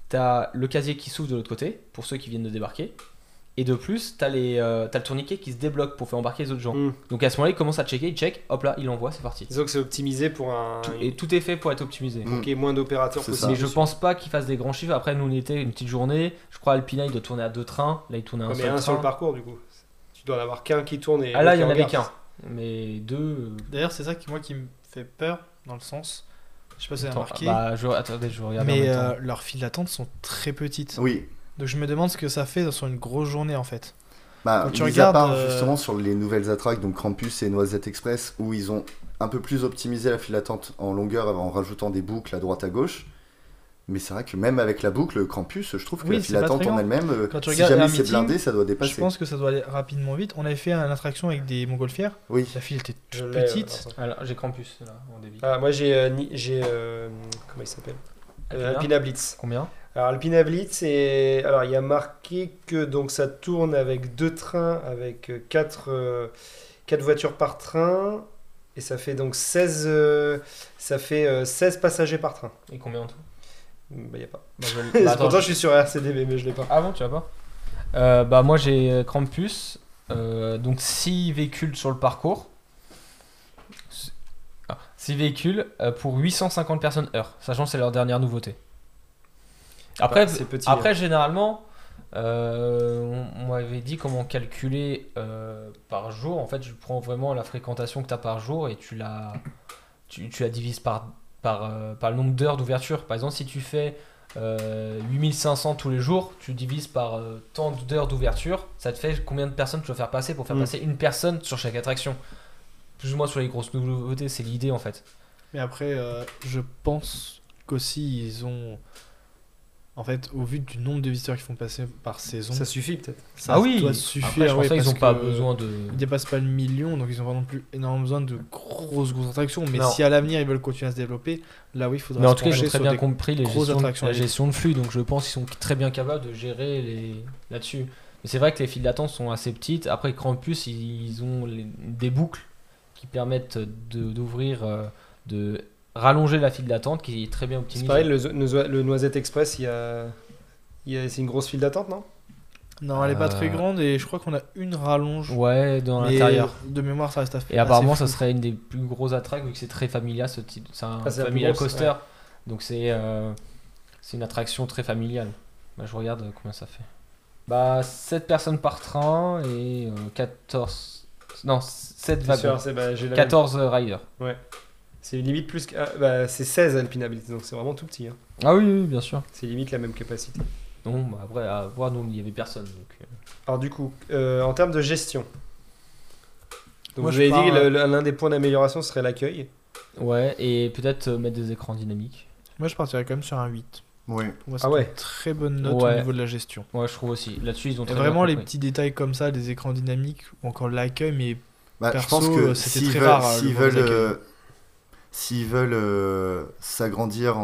t'as le casier qui s'ouvre de l'autre côté pour ceux qui viennent de débarquer. Et de plus, t'as le tourniquet qui se débloque pour faire embarquer les autres gens. Donc à ce moment-là, il commence à checker, il check, hop là, il envoie, c'est parti. Disons que c'est optimisé pour un. Et tout est fait pour être optimisé. Pour qu'il y ait moins d'opérateurs C'est possible. Mais je pense pas qu'il fasse des grands chiffres. Après, nous, on était une petite journée. Je crois Alpina, il doit tourner à 2 trains. Là, il tourne à un Ouais, mais seul un sur le train. parcours, du coup. Tu dois en avoir qu'un qui tourne et. Ah là, il y en l'autre avait qui regarde. qu'un. Mais 2. D'ailleurs, c'est ça qui me fait peur, dans le sens. Je sais pas si vous avez remarqué. Bah, attendez, je regarde. Mais en même temps. leurs files d'attente sont très petites. Oui. Donc je me demande ce que ça fait sur une grosse journée en fait. Bah, Quand tu mis regardes, à part justement sur les nouvelles attractions, donc Krampus et Noisette Express, où ils ont un peu plus optimisé la file d'attente en longueur en rajoutant des boucles à droite à gauche. Mais c'est vrai que même avec la boucle Krampus, je trouve que Oui, la c'est file pas d'attente très en grand. elle-même, Quand tu si regardes jamais un c'est meeting, blindé, ça doit dépasser. Je pense que ça doit aller rapidement vite. On avait fait une attraction avec des montgolfières. Oui. La file était Je toute l'ai, petite. Vincent. Alors, j'ai Krampus là en débit. Ah, moi j'ai. Comment il s'appelle Alpina Blitz. Combien? Alors Alpina Blitz, alors il y a marqué que donc ça tourne avec 2 trains, avec 4 voitures par train, et ça fait donc 16 passagers par train. Et combien en tout? Bah y a pas. Bah, je... Pourtant je suis sur RCDB mais je l'ai pas. Ah bon, tu vois pas? Bah moi j'ai Krampus, donc 6 véhicules sur le parcours. 6 véhicules pour 850 personnes heure, sachant que c'est leur dernière nouveauté. Après, c'est petit. généralement, on m'avait dit comment calculer par jour. En fait, je prends vraiment la fréquentation que tu as par jour et tu la divises par le nombre d'heures d'ouverture. Par exemple, si tu fais 8500 tous les jours, tu divises par tant d'heures d'ouverture, ça te fait combien de personnes tu dois faire passer pour faire passer une personne sur chaque attraction. Plus ou moins sur les grosses nouveautés, c'est l'idée en fait. Mais après, je pense qu'aussi ils ont. En fait, au vu du nombre de visiteurs qui font passer par saison, Ça suffit peut-être. ça Ah oui. doit Après, suffire. je pense ouais, qu'ils parce n'ont pas que besoin de. Ils dépassent pas le million, donc ils ont pas non plus énormément besoin de grosses attractions. Mais Non. si à l'avenir ils veulent continuer à se développer, là oui, il faudra Mais en se tout cas, ils pencher ont très sur bien des compris grosses attractions. la gestion de flux, donc je pense qu'ils sont très bien capables de gérer là-dessus. Mais c'est vrai que les files d'attente sont assez petites. Après, Krampus, ils ont des boucles qui permettent d'ouvrir, de rallonger la file d'attente qui est très bien C'est optimisée. pareil, le Noisette Express, c'est une grosse file d'attente, non? Non, elle est pas très grande et je crois qu'on a une rallonge. Ouais, dans Mais l'intérieur. de mémoire, ça reste assez Et apparemment, ça fou. serait une des plus grosses attractions vu que c'est très familial ce type. C'est un c'est la plus familial grosse, coaster. ouais. Donc c'est une attraction très familiale. Bah, je regarde combien ça fait. Bah 7 personnes par train et 14. Non, 7 C'est wagons. sûr, j'ai la 14 riders. même. C'est limite plus que. C'est 16 Alpina Blitz, donc c'est vraiment tout petit. Hein. Ah oui, oui, bien sûr. C'est limite la même capacité. Non, bah après, à voir, nous, il n'y avait personne. Donc, Alors du coup, en termes de gestion, donc Moi, vous je avez dit pars, que l'un des points d'amélioration serait l'accueil. ouais, et peut-être mettre des écrans dynamiques. Moi, je partirais quand même sur un 8. Oui. Pour moi, c'est Ah ouais. une très bonne note Ouais. au niveau de la gestion. Ouais, je trouve aussi. Là-dessus, ils ont Et très vraiment, bien les compris. petits détails comme ça, des écrans dynamiques ou encore l'accueil, mais Bah, Perso, je pense que c'était s'ils très veulent, rare, s'ils le veulent, mauvais accueil. s'ils veulent s'agrandir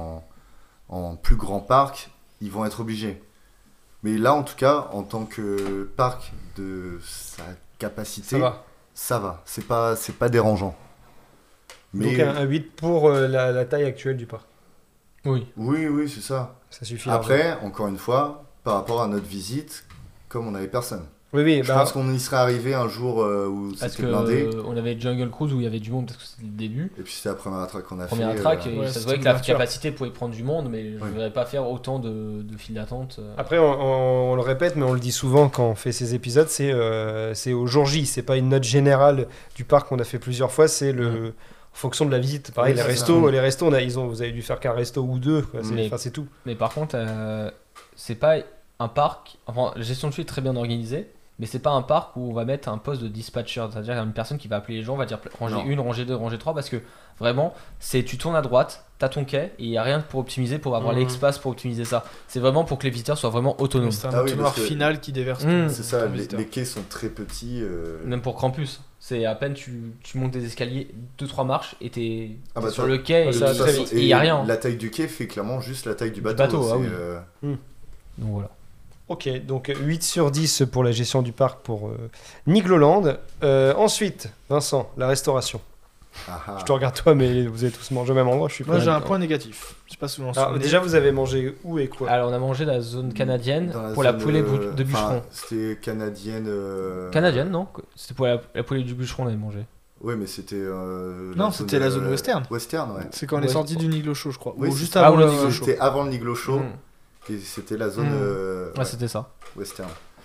en plus grand parc, ils vont être obligés. Mais là, en tout cas, en tant que parc de sa capacité, Ça va. C'est pas dérangeant. Mais Donc un 8 pour la taille actuelle du parc. Oui. oui, c'est ça. Ça suffit. largement. Après, encore une fois, par rapport à notre visite, comme on n'avait personne. Oui, Je pense qu'on y serait arrivé un jour où Parce c'était que blindé. on avait Jungle Cruise où il y avait du monde parce que c'était le début. Et puis c'était la première attraque qu'on a Première fait. track, et ouais, ça se c'était voyait que la l'ouverture. capacité pouvait prendre du monde, mais je ne Ouais. voudrais pas faire autant de files d'attente. Après, on le répète, mais on le dit souvent quand on fait ces épisodes, c'est au jour J. C'est pas une note générale du parc qu'on a fait plusieurs fois, c'est en fonction de la visite. Pareil, Oui, les c'est restos, ça. les restos, vous avez dû faire qu'un resto ou deux. Quoi. Mais- C'est tout. Mais par contre, c'est pas un parc. Enfin, la gestion de flux est très bien organisée, mais c'est pas un parc où on va mettre un poste de dispatcher, c'est-à-dire une personne qui va appeler les gens, va dire ranger Non. 1, ranger 2, ranger 3, parce que vraiment, tu tournes à droite, t'as ton quai, et il n'y a rien pour optimiser, pour avoir l'espace pour optimiser ça. C'est vraiment pour que les visiteurs soient vraiment autonomes. c'est un Ah oui, entonnoir parce que- final qui déverse. C'est ça, ton visiteur. les quais sont très petits. Même pour Krampus, c'est à peine tu montes des escaliers, 2-3 marches, et t'es Ah bah sur ça- le quai, ah, et ça va très vite. il n'y a rien. La taille du quai fait clairement juste la taille du bateau. bateau, ah c'est, oui. Donc voilà. Ok, donc 8 sur 10 pour la gestion du parc pour Nigloland. Ensuite, Vincent, la restauration. Ah, ah. Je te regarde toi, mais vous avez tous mangé au même endroit, je suis Moi pas. j'ai un point négatif. Je sais pas si vous en Alors, souvenez. déjà, vous avez mangé où et quoi? Alors, on a mangé la zone canadienne Dans pour la zone, poulet de enfin, bûcheron. C'était canadienne. Canadienne, non? C'était pour la poulet du bûcheron, on avait mangé. Oui, mais c'était. Non, c'était la zone western. Western, ouais. C'est quand on est Ouais, sorti du Niglo Show, je crois. Oui, Ou c'est juste ça. avant Ah, le oui, Niglo Show. C'était avant le Niglo Show. Mm. Et c'était la zone Ouais, ouais, c'était ça. western.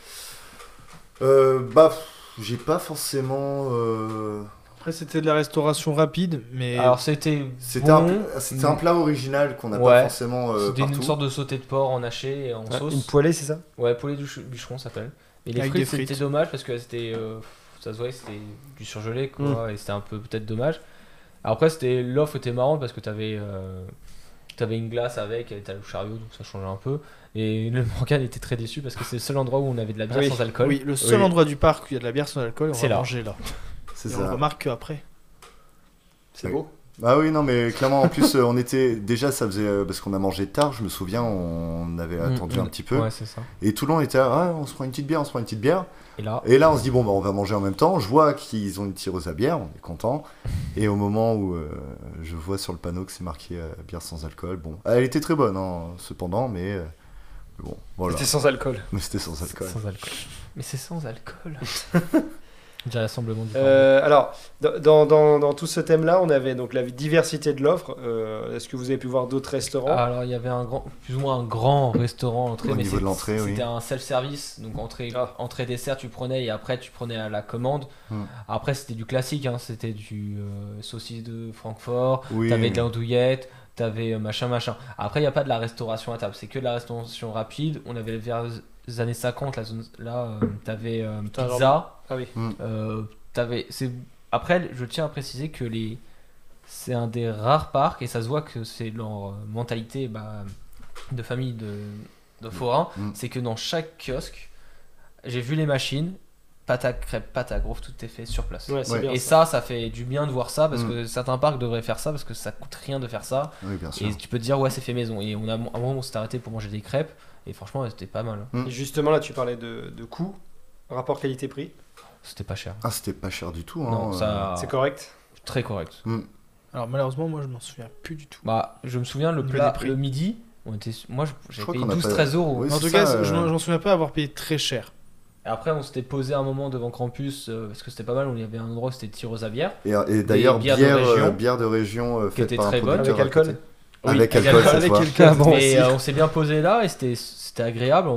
Bah, j'ai pas forcément. Après, c'était de la restauration rapide, mais Alors, c'était C'était bon, un plat original qu'on n'a Ouais. pas forcément c'était partout. une sorte de sauté de porc en haché et en Ah, sauce. une poêlée, c'est ça? Ouais, poulet du bûcheron ça s'appelle. Et les Avec frites, des frites. c'était dommage parce que c'était. Ça se voyait, c'était du surgelé quoi, et c'était un peu peut-être dommage. Alors après, l'offre était marrante parce que t'avais une glace avec, t'as le chariot donc ça changeait un peu. Et le Morgan était très déçu parce que c'est le seul endroit où on avait de la bière Oui. sans alcool. oui, le seul Oui. endroit du parc où il y a de la bière sans alcool, on C'est va là. manger là. C'est Et on ça. remarque qu'après. C'est Oui. beau. Ah oui, non, mais clairement, en plus, on était. Déjà, ça faisait. Parce qu'on a mangé tard, je me souviens, on avait attendu un petit peu. Ouais, c'est ça. Et tout le long, on était là, on se prend une petite bière, on se prend une petite bière. Et là, Et là, on se dit, bon, bah, on va manger en même temps. Je vois qu'ils ont une tireuse à bière, on est content. Et au moment où je vois sur le panneau que c'est marqué bière sans alcool, bon, elle était très bonne, hein, cependant, mais bon, voilà. C'était sans alcool. Mais c'était sans alcool. sans alcool. Mais c'est sans alcool. On dirait l'assemblement du Alors, dans tout ce thème-là, on avait donc la diversité de l'offre. Est-ce que vous avez pu voir d'autres restaurants? Alors il y avait plus ou moins un grand restaurant à l'entrée, Au mais niveau de l'entrée, oui. c'était un self-service, donc entrée dessert tu prenais et après tu prenais à la commande. Après c'était du classique, hein, c'était du saucisse de Francfort, Oui. t'avais de l'andouillette, t'avais machin. Après il n'y a pas de la restauration à table, c'est que de la restauration rapide. On avait vers les années 50, t'avais T'as pizza. Ah oui. Après, je tiens à préciser que c'est un des rares parcs et ça se voit que c'est leur mentalité de famille de forains. C'est que dans chaque kiosque, j'ai vu les machines, pâte à crêpes, pâte à gaufres, tout est fait sur place. Ouais, c'est Ouais. bien Et ça. ça fait du bien de voir ça parce que certains parcs devraient faire ça parce que ça coûte rien de faire ça. Oui, bien sûr. Et tu peux te dire, ouais, c'est fait maison. Et à un moment, on s'est arrêté pour manger des crêpes et franchement, c'était pas mal. Et justement, là, tu parlais de coût, rapport qualité-prix. C'était pas cher. Ah, c'était pas cher du tout. Non, Hein, ça. C'est correct. Très correct. Alors malheureusement, moi je m'en souviens plus du tout. Bah, je me souviens, le Au niveau plat, des prix. le midi, j'avais crois payé qu'on a pas- 12-13 euros. Oui, En c'est tout cas, ça, je m'en souviens pas avoir payé très cher. Et après, on s'était posé un moment devant Campus parce que c'était pas mal. Il y avait un endroit où c'était tireuse à bière. Et d'ailleurs, bières de région. bière de région Qui faite était par un très bonne. producteur Avec à côté. alcool. Oui, Avec avec alcool, alcool, cette avec fois. alcool. Bon, Mais aussi. on s'est bien posé là et c'était agréable.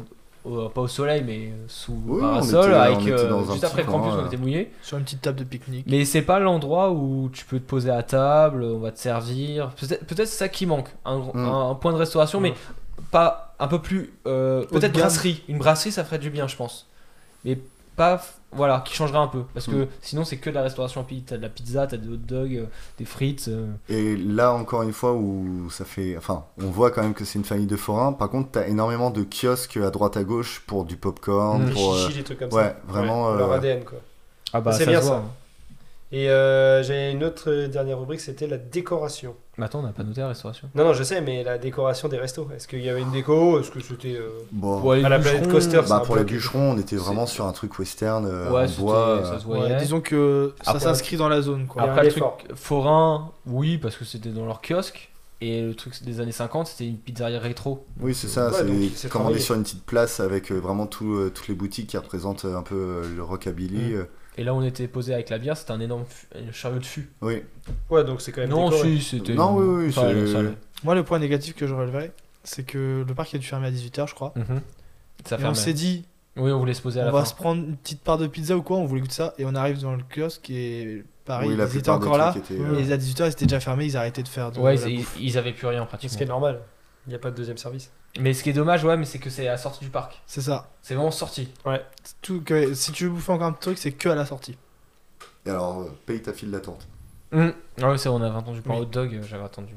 Pas au soleil, mais sous Oui, parasol. on était dans un Juste petit après coin, Campus, on était mouillés. Sur une petite table de pique-nique. Mais c'est pas l'endroit où tu peux te poser à table, on va te servir. Peut-être c'est ça qui manque, un point de restauration, mais pas un peu plus. de Peut-être gamme. brasserie. Une brasserie, ça ferait du bien, je pense. Mais pas. Voilà, qui changerait un peu. Parce que sinon, c'est que de la restauration rapide. T'as de la pizza, t'as des hot dogs, des frites. Et là, encore une fois, où ça fait. Enfin, on voit quand même que c'est une famille de forains. Par contre, t'as énormément de kiosques à droite à gauche pour du popcorn. Des Pour, chichis, des trucs comme ouais, ça. vraiment, Leur ADN, quoi. Ah bah, C'est ça bien se voit, ça. hein. Et j'ai une autre dernière rubrique, c'était la décoration. Mais attends, on n'a pas noté la restauration. Non, je sais, mais la décoration des restos. Est-ce qu'il y avait une déco? Est-ce que c'était Bon, Ouais, à la les planète bûcherons, coaster? c'est bah, un pour peu les que- bûcherons, on était vraiment sur un truc western Ouais, en bois. ça se Ouais, voyait. disons que ça Après- s'inscrit dans la zone quoi. Il y a Après, un le truc effort. forain, oui, parce que c'était dans leur kiosque. Et le truc des années 50, c'était une pizzeria rétro. Oui, c'est ça. Ouais, donc, c'est c'est comme on est travaillé. sur une petite place avec vraiment toutes les boutiques qui représentent un peu le rockabilly. Et là, on était posé avec la bière, c'était un énorme chariot de fût. Oui. Ouais, donc c'est quand même Non, décoré. si, c'était. Non, oui, ça allait, c'est- ça allait. Moi, le point négatif que je releverais, c'est que le parc a dû fermer à 18h, je crois. Ça Et on fermait. s'est dit, Oui, on voulait se poser à on la va fin. se prendre une petite part de pizza ou quoi, on voulait goûter ça. Et on arrive dans le kiosque et pareil, Oui, la ils étaient plupart des encore là. trucs étaient, Et à 18h, ils étaient déjà fermés, ils arrêtaient de faire de Ouais, la ils, bouffe. ils avaient plus rien Ce pratiquement. qui est normal. Il n'y a pas de deuxième service. Mais ce qui est dommage, ouais, mais c'est que c'est à la sortie du parc. C'est ça. C'est vraiment sorti. C'est tout que, si tu veux bouffer encore un petit truc, c'est que à la sortie. Et alors, paye ta file d'attente. Ouais, c'est on avait attendu pour un Oui. hot dog, j'avais attendu.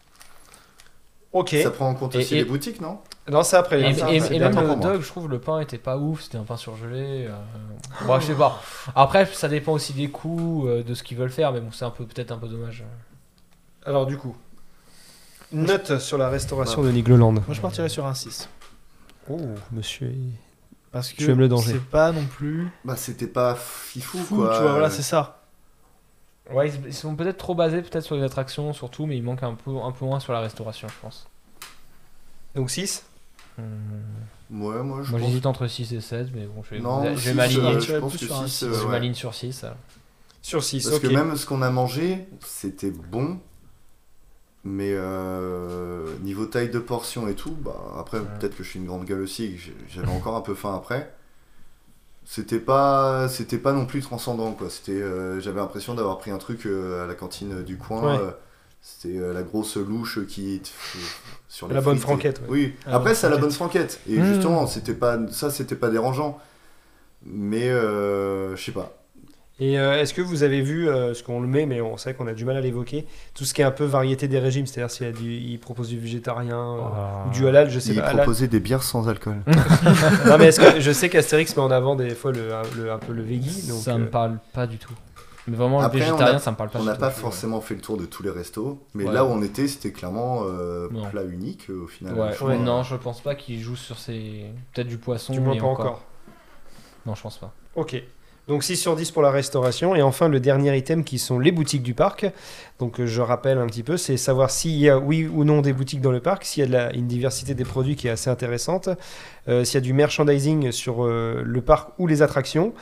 Ok. Ça prend en compte aussi Et- les boutiques, non? Non, c'est après. Et, ça, et- c'est et bien même temps le pour moi. hot dog, je trouve le pain était pas ouf, c'était un pain surgelé. Bon, je sais pas. Après, ça dépend aussi des coûts, de ce qu'ils veulent faire, mais bon, c'est peut-être un peu dommage. Alors, du coup, note sur la restauration de Nigloland. Moi, je partirais sur un 6. Oh, monsieur. Parce que Tu aimes le danger. c'est pas non plus Bah, c'était pas fifou, fou, quoi. tu vois, voilà, c'est ça. Ouais, ils sont peut-être trop basés peut-être sur les attractions surtout, mais il manque un peu moins sur la restauration, je pense. Donc 6. Hmm. Ouais, moi je Moi pense. j'hésite entre 6 et 7, mais bon, Non, je vais six, m'aligner. tu je vas pense plus que sur un 6. six. Je m'aligne sur 6. Sur 6, Parce ok. que même ce qu'on a mangé, c'était bon. Mais niveau taille de portion et tout, bah après peut-être que je suis une grande gueule aussi et que j'avais encore un peu faim après. C'était pas non plus transcendant quoi. J'avais l'impression d'avoir pris un truc à la cantine du coin. Ouais. C'était la grosse louche qui sur les La bonne frites franquette, ouais. Oui. La Après bonne c'est la bonne franquette. franquette. Et justement c'était pas dérangeant. Mais je sais pas. Et est-ce que vous avez vu, ce qu'on le met, mais on sait qu'on a du mal à l'évoquer, tout ce qui est un peu variété des régimes, c'est-à-dire il propose du végétarien ou du halal, je sais Il pas. proposait des bières sans alcool. Non mais est-ce que je sais qu'Astérix met en avant des fois un peu le veggie, donc Ça me parle pas du tout. Mais vraiment, Après, le végétarien, ça me parle pas On du n'a tout. pas forcément fait le tour de tous les restos, mais Ouais. là où on était, c'était clairement Non. plat unique au final. Ouais, Je crois. non, je pense pas qu'il joue sur ces. Peut-être du poisson, du moins mais pas encore. Non, je pense pas. Ok. Donc 6 sur 10 pour la restauration. Et enfin, le dernier item qui sont les boutiques du parc. Donc je rappelle un petit peu, c'est savoir s'il y a oui ou non des boutiques dans le parc, s'il y a une diversité des produits qui est assez intéressante, s'il y a du merchandising sur le parc ou les attractions,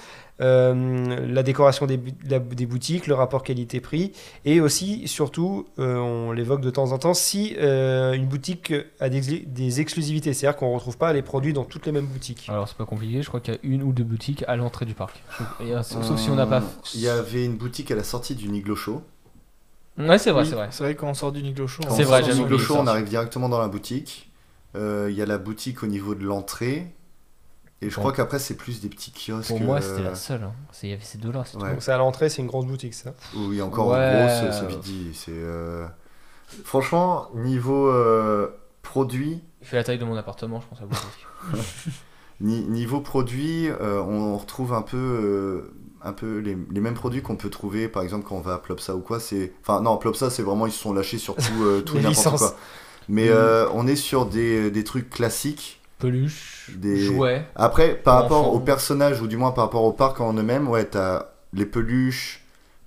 la décoration des boutiques, le rapport qualité-prix, et aussi, surtout, on l'évoque de temps en temps, si une boutique a des exclusivités, c'est-à-dire qu'on ne retrouve pas les produits dans toutes les mêmes boutiques. Alors, c'est pas compliqué, je crois qu'il y a une ou deux boutiques à l'entrée du parc. Sauf si on n'a pas. Il y avait une boutique à la sortie du Niglo Show. Ouais, c'est vrai, Oui, c'est vrai. C'est vrai quand on sort du Niglo Show. Quand C'est on vrai, sort du j'avais Niglo oublié Show, ça. on arrive directement dans la boutique. Il y a la boutique au niveau de l'entrée. Et je Bon. crois qu'après, c'est plus des petits kiosques. Pour moi, c'était la seule. Hein. Il y avait ces deux-là, c'est Ouais. Donc c'est à l'entrée, c'est une grosse boutique, ça. Oui, encore Ouais. grosse, c'est vite dit. Franchement, niveau produit, tout. Il fait la taille de mon appartement, je pense à boutique. niveau produit, on retrouve un peu les mêmes produits qu'on peut trouver, par exemple, quand on va à Plopsa ou quoi. Enfin, non, Plopsa, c'est vraiment, ils se sont lâchés sur tout et Les n'importe licences. quoi. Mais on est sur des trucs classiques. Peluche, Des- jouets. Après, par Pour rapport enfants. aux personnages, ou du moins par rapport au parc en eux-mêmes, ouais, t'as les peluches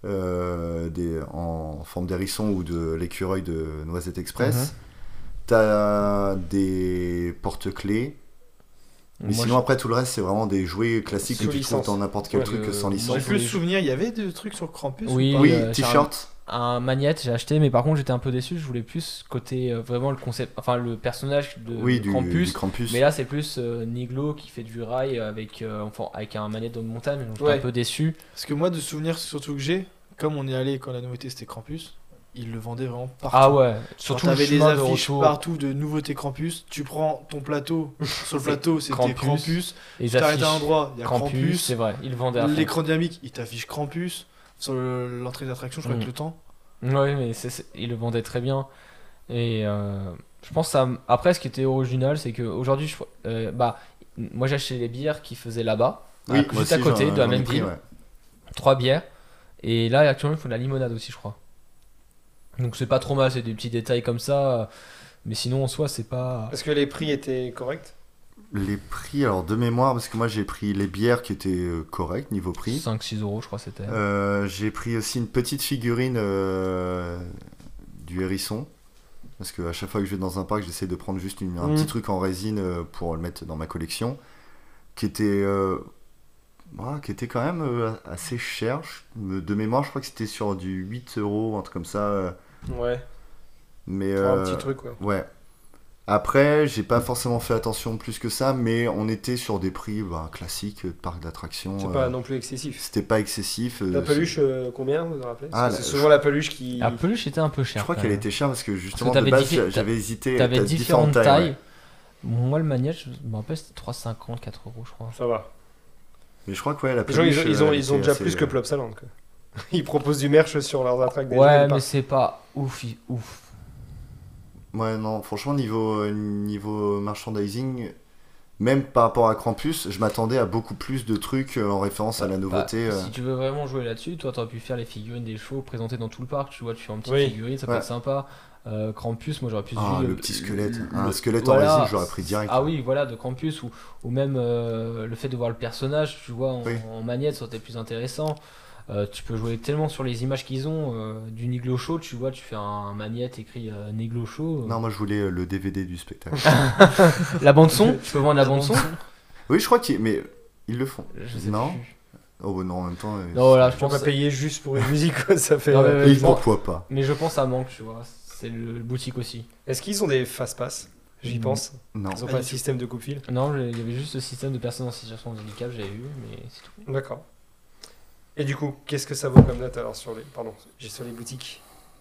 en forme d'hérisson ou de l'écureuil de Noisette Express. T'as des porte-clés. Mais Moi, sinon, après, tout le reste, c'est vraiment des jouets classiques Sous que tu trouves licence. dans n'importe quel Ouais, truc sans moi, licence. J'ai plus le souvenir, il y avait des trucs sur Krampus Oui, ou pas Oui, j'ai t-shirt. un magnette, j'ai acheté, mais par contre, j'étais un peu déçu. Je voulais plus côté vraiment le concept, enfin le personnage de Oui, du Krampus. Krampus. Mais là, c'est plus Niglo qui fait du rail avec un magnette de montagne. Donc, j'étais Ouais. un peu déçu. Parce que moi, de souvenirs surtout que j'ai, comme on est allé quand la nouveauté c'était Krampus, ils le vendaient vraiment partout. Ah ouais, Genre, surtout le t'avais des chemin de affiches retour. partout de nouveautés Krampus. Tu prends ton plateau, sur le plateau c'était Krampus. Krampus. Les Tu t'arrêtes à un affiches endroit, il y a Krampus, Krampus. c'est vrai, ils le vendaient à fond. L'écran dynamique, il t'affiche Krampus. Sur l'entrée d'attraction, je crois Mm. que le temps. Ouais, mais ils le vendaient très bien. Et je pense ça. Après, ce qui était original, c'est qu'aujourd'hui, moi j'ai acheté les bières qu'ils faisaient là-bas, Oui, moi juste à aussi, côté, j'en- de la j'en ai même pris, ville. ouais. 3 bières. Et là, actuellement, ils font de la limonade aussi, je crois. Donc c'est pas trop mal, c'est des petits détails comme ça. Mais sinon, en soi, c'est pas. Est-ce que les prix étaient corrects? Les prix, alors de mémoire, parce que moi j'ai pris les bières qui étaient correctes niveau prix. 5-6 euros, je crois, c'était. J'ai pris aussi une petite figurine du hérisson. Parce qu'à chaque fois que je vais dans un parc, j'essaie de prendre juste un petit truc en résine pour le mettre dans ma collection. Qui était quand même assez cher. De mémoire, je crois que c'était sur du 8 euros, un truc comme ça. Ouais, Mais, pour un petit truc, ouais. Ouais. Après, j'ai pas forcément fait attention plus que ça, mais on était sur des prix classiques de parc d'attractions. C'est pas non plus excessif. C'était pas excessif. La peluche, combien, vous vous rappelez? Ah, Parce que c'est souvent la peluche qui... La peluche était un peu chère. Je crois quand qu'elle même. était chère parce que justement Parce que de t'avais base j'avais hésité. T'avais t'as différentes tailles. ouais. Moi, le magnète, je me rappelle, c'était 3,50, 4 euros, je crois. Ça va. Mais je crois que ouais, la Les gens, peluche. ils ont elle était déjà assez, plus que Plopsaland, quoi. Ils proposent du merch sur leurs attractions. déjà, Ouais, mais mais c'est pas ouf. Ouais, non, franchement, niveau merchandising, même par rapport à Krampus, je m'attendais à beaucoup plus de trucs en référence à la nouveauté. Si tu veux vraiment jouer là-dessus, toi, t'aurais pu faire les figurines des chevaux présentées dans tout le parc. Tu vois, tu fais un petit Oui. figurine, ça peut Ouais. être sympa. Krampus, moi, j'aurais pu Ah, suivre le petit squelette. Un le- squelette voilà. en résine, j'aurais pris direct. Ah oui, voilà, de Krampus, ou même le fait de voir le personnage, tu vois, Oui. en magnette, ça aurait été plus intéressant. Tu peux jouer tellement sur les images qu'ils ont du Niglo Show, tu vois, tu fais un magnète écrit Niglo Show. Non, moi je voulais le DVD du spectacle. La bande son, tu peux vendre la bande son. Oui, je crois mais ils le font. Je sais Non. plus. Oh bah non, en même temps. Non, voilà, je On pense. va payer juste pour une musique, quoi, ça fait. Non, mais- Et bon. pourquoi pas? Mais je pense que ça manque, tu vois. C'est le boutique aussi. Est-ce qu'ils ont des fast-pass? J'y pense. Non. Ils ont pas de système de coupe-fil. Non, il y avait juste le système de personnes en situation de handicap, j'avais vu, mais c'est tout. D'accord. Et du coup, qu'est-ce que ça vaut comme note alors sur les boutiques?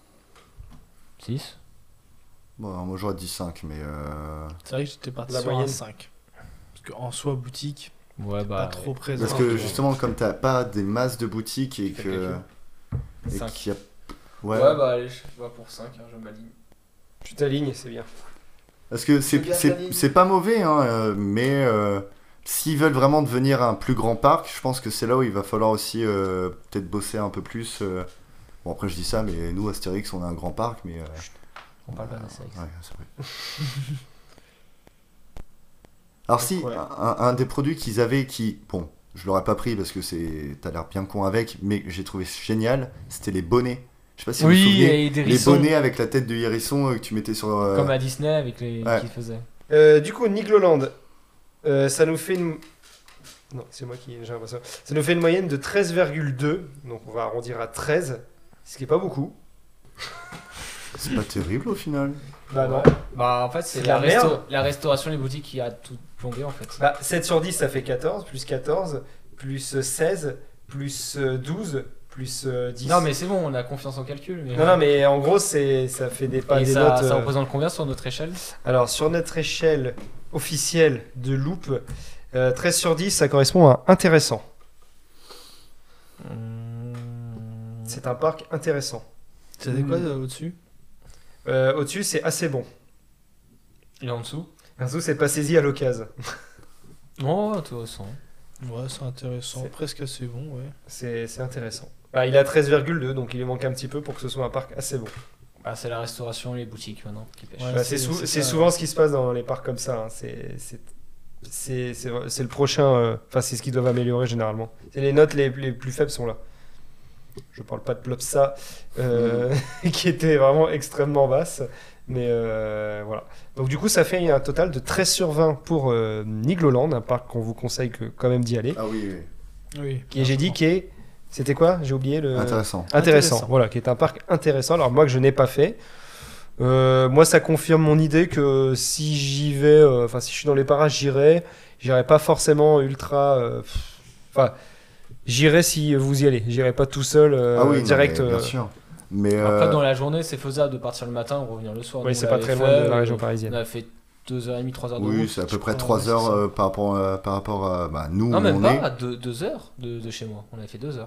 6. Bon, alors, moi j'aurais dit 5, mais. C'est vrai que j'étais parti La sur moyenne. un 5. Parce qu'en soi, boutique, Ouais, pas trop présent. Parce que justement, comme t'as pas des masses de boutiques et fais que. calcul. Et 5. qu'il y a. Ouais, Ouais. bah allez, je vais pour 5, je m'aligne. Tu t'alignes, c'est bien. Parce que C'est bien quali. c'est pas mauvais, hein, mais s'ils veulent vraiment devenir un plus grand parc, je pense que c'est là où il va falloir aussi peut-être bosser un peu plus. Bon, après, je dis ça, mais nous, Astérix, on a un grand parc, mais. On parle pas d'Astérix. Ouais, c'est vrai. Alors, si, ouais. un des produits qu'ils avaient qui. Bon, je l'aurais pas pris parce que t'as l'air bien con avec, mais que j'ai trouvé génial, c'était les bonnets. Je sais pas si vous vous Oui, souvenez. et des Les hérissons. bonnets avec la tête de hérisson que tu mettais sur. Comme à Disney avec les Ouais. qui faisaient. Du coup, Nigloland, ça nous fait une. Non, c'est moi qui j'ai l'impression. Ça nous fait une moyenne de 13,2. Donc on va arrondir à 13, ce qui est pas beaucoup. C'est pas terrible au final. Bah non. Bah en fait, c'est C'est de la merde. la restauration des boutiques qui a tout plombé en fait. Bah 7 sur 10, ça fait 14, plus 14, plus 16, plus 12, plus 10. Non mais c'est bon, on a confiance en calcul. Mais... Non, mais en gros, ça fait des, pas Et des ça, notes. ça représente combien sur notre échelle? Alors, sur notre échelle officielle de Loop, 13 sur 10, ça correspond à intéressant. C'est un parc intéressant. C'était quoi au-dessus? Au-dessus, c'est assez bon. Et en dessous? En dessous, c'est pas saisi à l'occasion. Oh, intéressant. Ouais, c'est intéressant. C'est- Presque assez bon, ouais. C'est intéressant. Bah, il a 13,2, donc il lui manque un petit peu pour que ce soit un parc assez bon. Bah, c'est la restauration et les boutiques maintenant qui pêchent. Ouais. Bah, c'est c'est ça. souvent ce qui se passe dans les parcs comme ça. Hein. C'est le prochain. Enfin, c'est ce qu'ils doivent améliorer généralement. C'est les notes les plus faibles sont là. Je parle pas de Plopsa, qui était vraiment extrêmement basse. Mais voilà. Donc du coup, ça fait un total de 13 sur 20 pour Nigloland, un parc qu'on vous conseille quand même d'y aller. Ah oui, oui. Oui. Et j'ai dit que c'était quoi? J'ai oublié le. Intéressant. Intéressant. Voilà, qui est un parc intéressant. Alors moi que je n'ai pas fait. Moi, ça confirme mon idée que si j'y vais, enfin si je suis dans les parages, j'irai pas forcément ultra. Enfin, j'irai si vous y allez. J'irai pas tout seul Ah oui, non, direct. mais bien sûr. Mais Après, dans la journée, c'est faisable de partir le matin ou revenir le soir. Oui, Nous, c'est on pas l'avait très loin fait, de la région On parisienne. a fait 2h30, 3h de oui, route. c'est à peu je près crois, 3 ouais, heures c'est ça. par rapport à bah, nous Non, où même on pas, est. 2 heures de chez moi. On a fait 2 heures.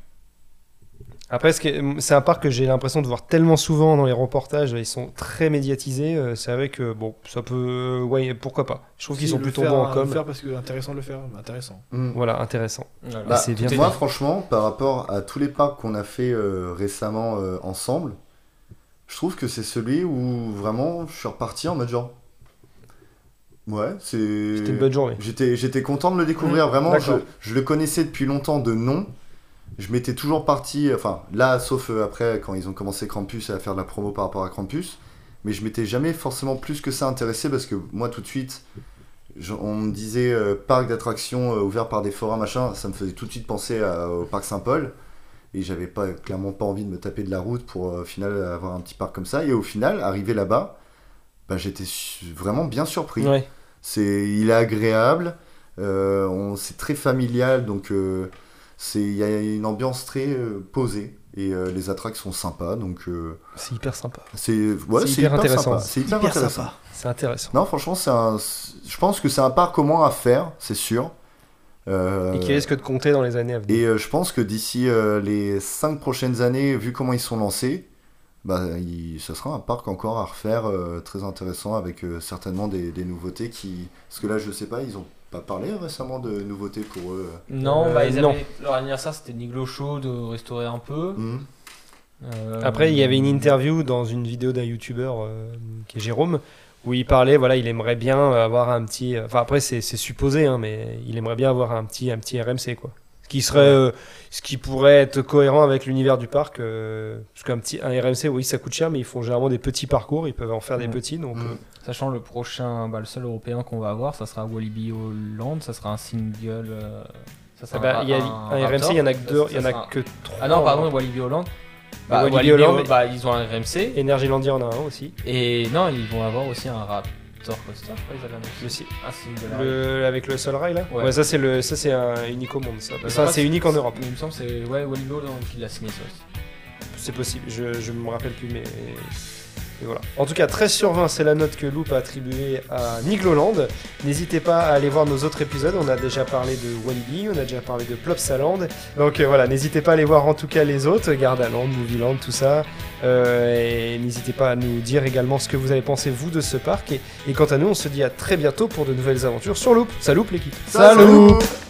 Après, c'est un parc que j'ai l'impression de voir tellement souvent dans les reportages. Ils sont très médiatisés. C'est vrai que bon, ça peut. Ouais, pourquoi pas. Je trouve qu'ils sont plutôt bons en Le com. faire parce que intéressant de le faire. Intéressant. Mm. Voilà, intéressant. Voilà. Bah, c'est bien. moi, franchement, par rapport à tous les parcs qu'on a fait récemment ensemble, je trouve que c'est celui où vraiment je suis reparti en mode genre. Ouais, c'est. C'était une bonne journée. J'étais content de le découvrir, vraiment. d'accord. Je le connaissais depuis longtemps de nom. Je m'étais toujours parti, enfin là, sauf après quand ils ont commencé Krampus à faire de la promo par rapport à Krampus, mais je m'étais jamais forcément plus que ça intéressé parce que moi tout de suite, on me disait parc d'attractions ouvert par des forains machin, ça me faisait tout de suite penser au parc Saint-Paul et j'avais clairement pas envie de me taper de la route pour au final avoir un petit parc comme ça et au final, arrivé là-bas, bah, j'étais vraiment bien surpris. Ouais. Il est agréable, c'est très familial, donc il y a une ambiance très posée et les attractions sont sympas, donc C'est hyper sympa. c'est C'est hyper intéressant. sympa. C'est hyper intéressant. C'est intéressant. Non, franchement, je pense que c'est un parc au moins à faire, c'est sûr. Et qui risque de compter dans les années à venir. Et je pense que d'ici les 5 prochaines années, vu comment ils sont lancés, bah, ce sera un parc encore à refaire très intéressant avec certainement des nouveautés qui. Parce que là, je sais pas, ils ont pas parlé récemment de nouveautés pour eux. Non, bah, non. leur anniversaire c'était Niglo Show de restaurer un peu. Hmm. Après, il y avait une interview dans une vidéo d'un youtubeur qui est Jérôme, où il parlait, voilà, il aimerait bien avoir un petit. Enfin, après, c'est supposé, hein, mais il aimerait bien avoir un petit RMC, quoi. Ce qui pourrait être cohérent avec l'univers du parc. Parce qu'un RMC, oui, ça coûte cher, mais ils font généralement des petits parcours. Ils peuvent en faire des petits. Donc, Sachant le prochain, le seul européen qu'on va avoir, ça sera Walibi Holland, ça sera un single. Ça sera il y a un RMC, il y en a que deux, il y en a que 3. Ah non, pardon, Walibi Holland. Walibi Holland, ils ont un RMC. Energylandia en a un aussi. Et non, ils vont avoir aussi un Raptor Coaster, je crois qu'ils avaient annoncé. Un single. Avec le Sol Rail là. Ouais. Ouais, ça c'est un unique au monde. Ça c'est unique en Europe. Il me semble que c'est Walibi Holland qui l'a signé ça aussi. C'est possible, je me rappelle plus, mais et voilà. En tout cas, 13 sur 20, c'est la note que Loop a attribuée à Nigloland. N'hésitez pas à aller voir nos autres épisodes. On a déjà parlé de Walibi, on a déjà parlé de Plopsaland. Donc voilà, n'hésitez pas à aller voir en tout cas les autres, Gardaland, Movieland, tout ça. Et n'hésitez pas à nous dire également ce que vous avez pensé, vous, de ce parc. Et quant à nous, on se dit à très bientôt pour de nouvelles aventures sur Loop. Salut l'équipe. Salut.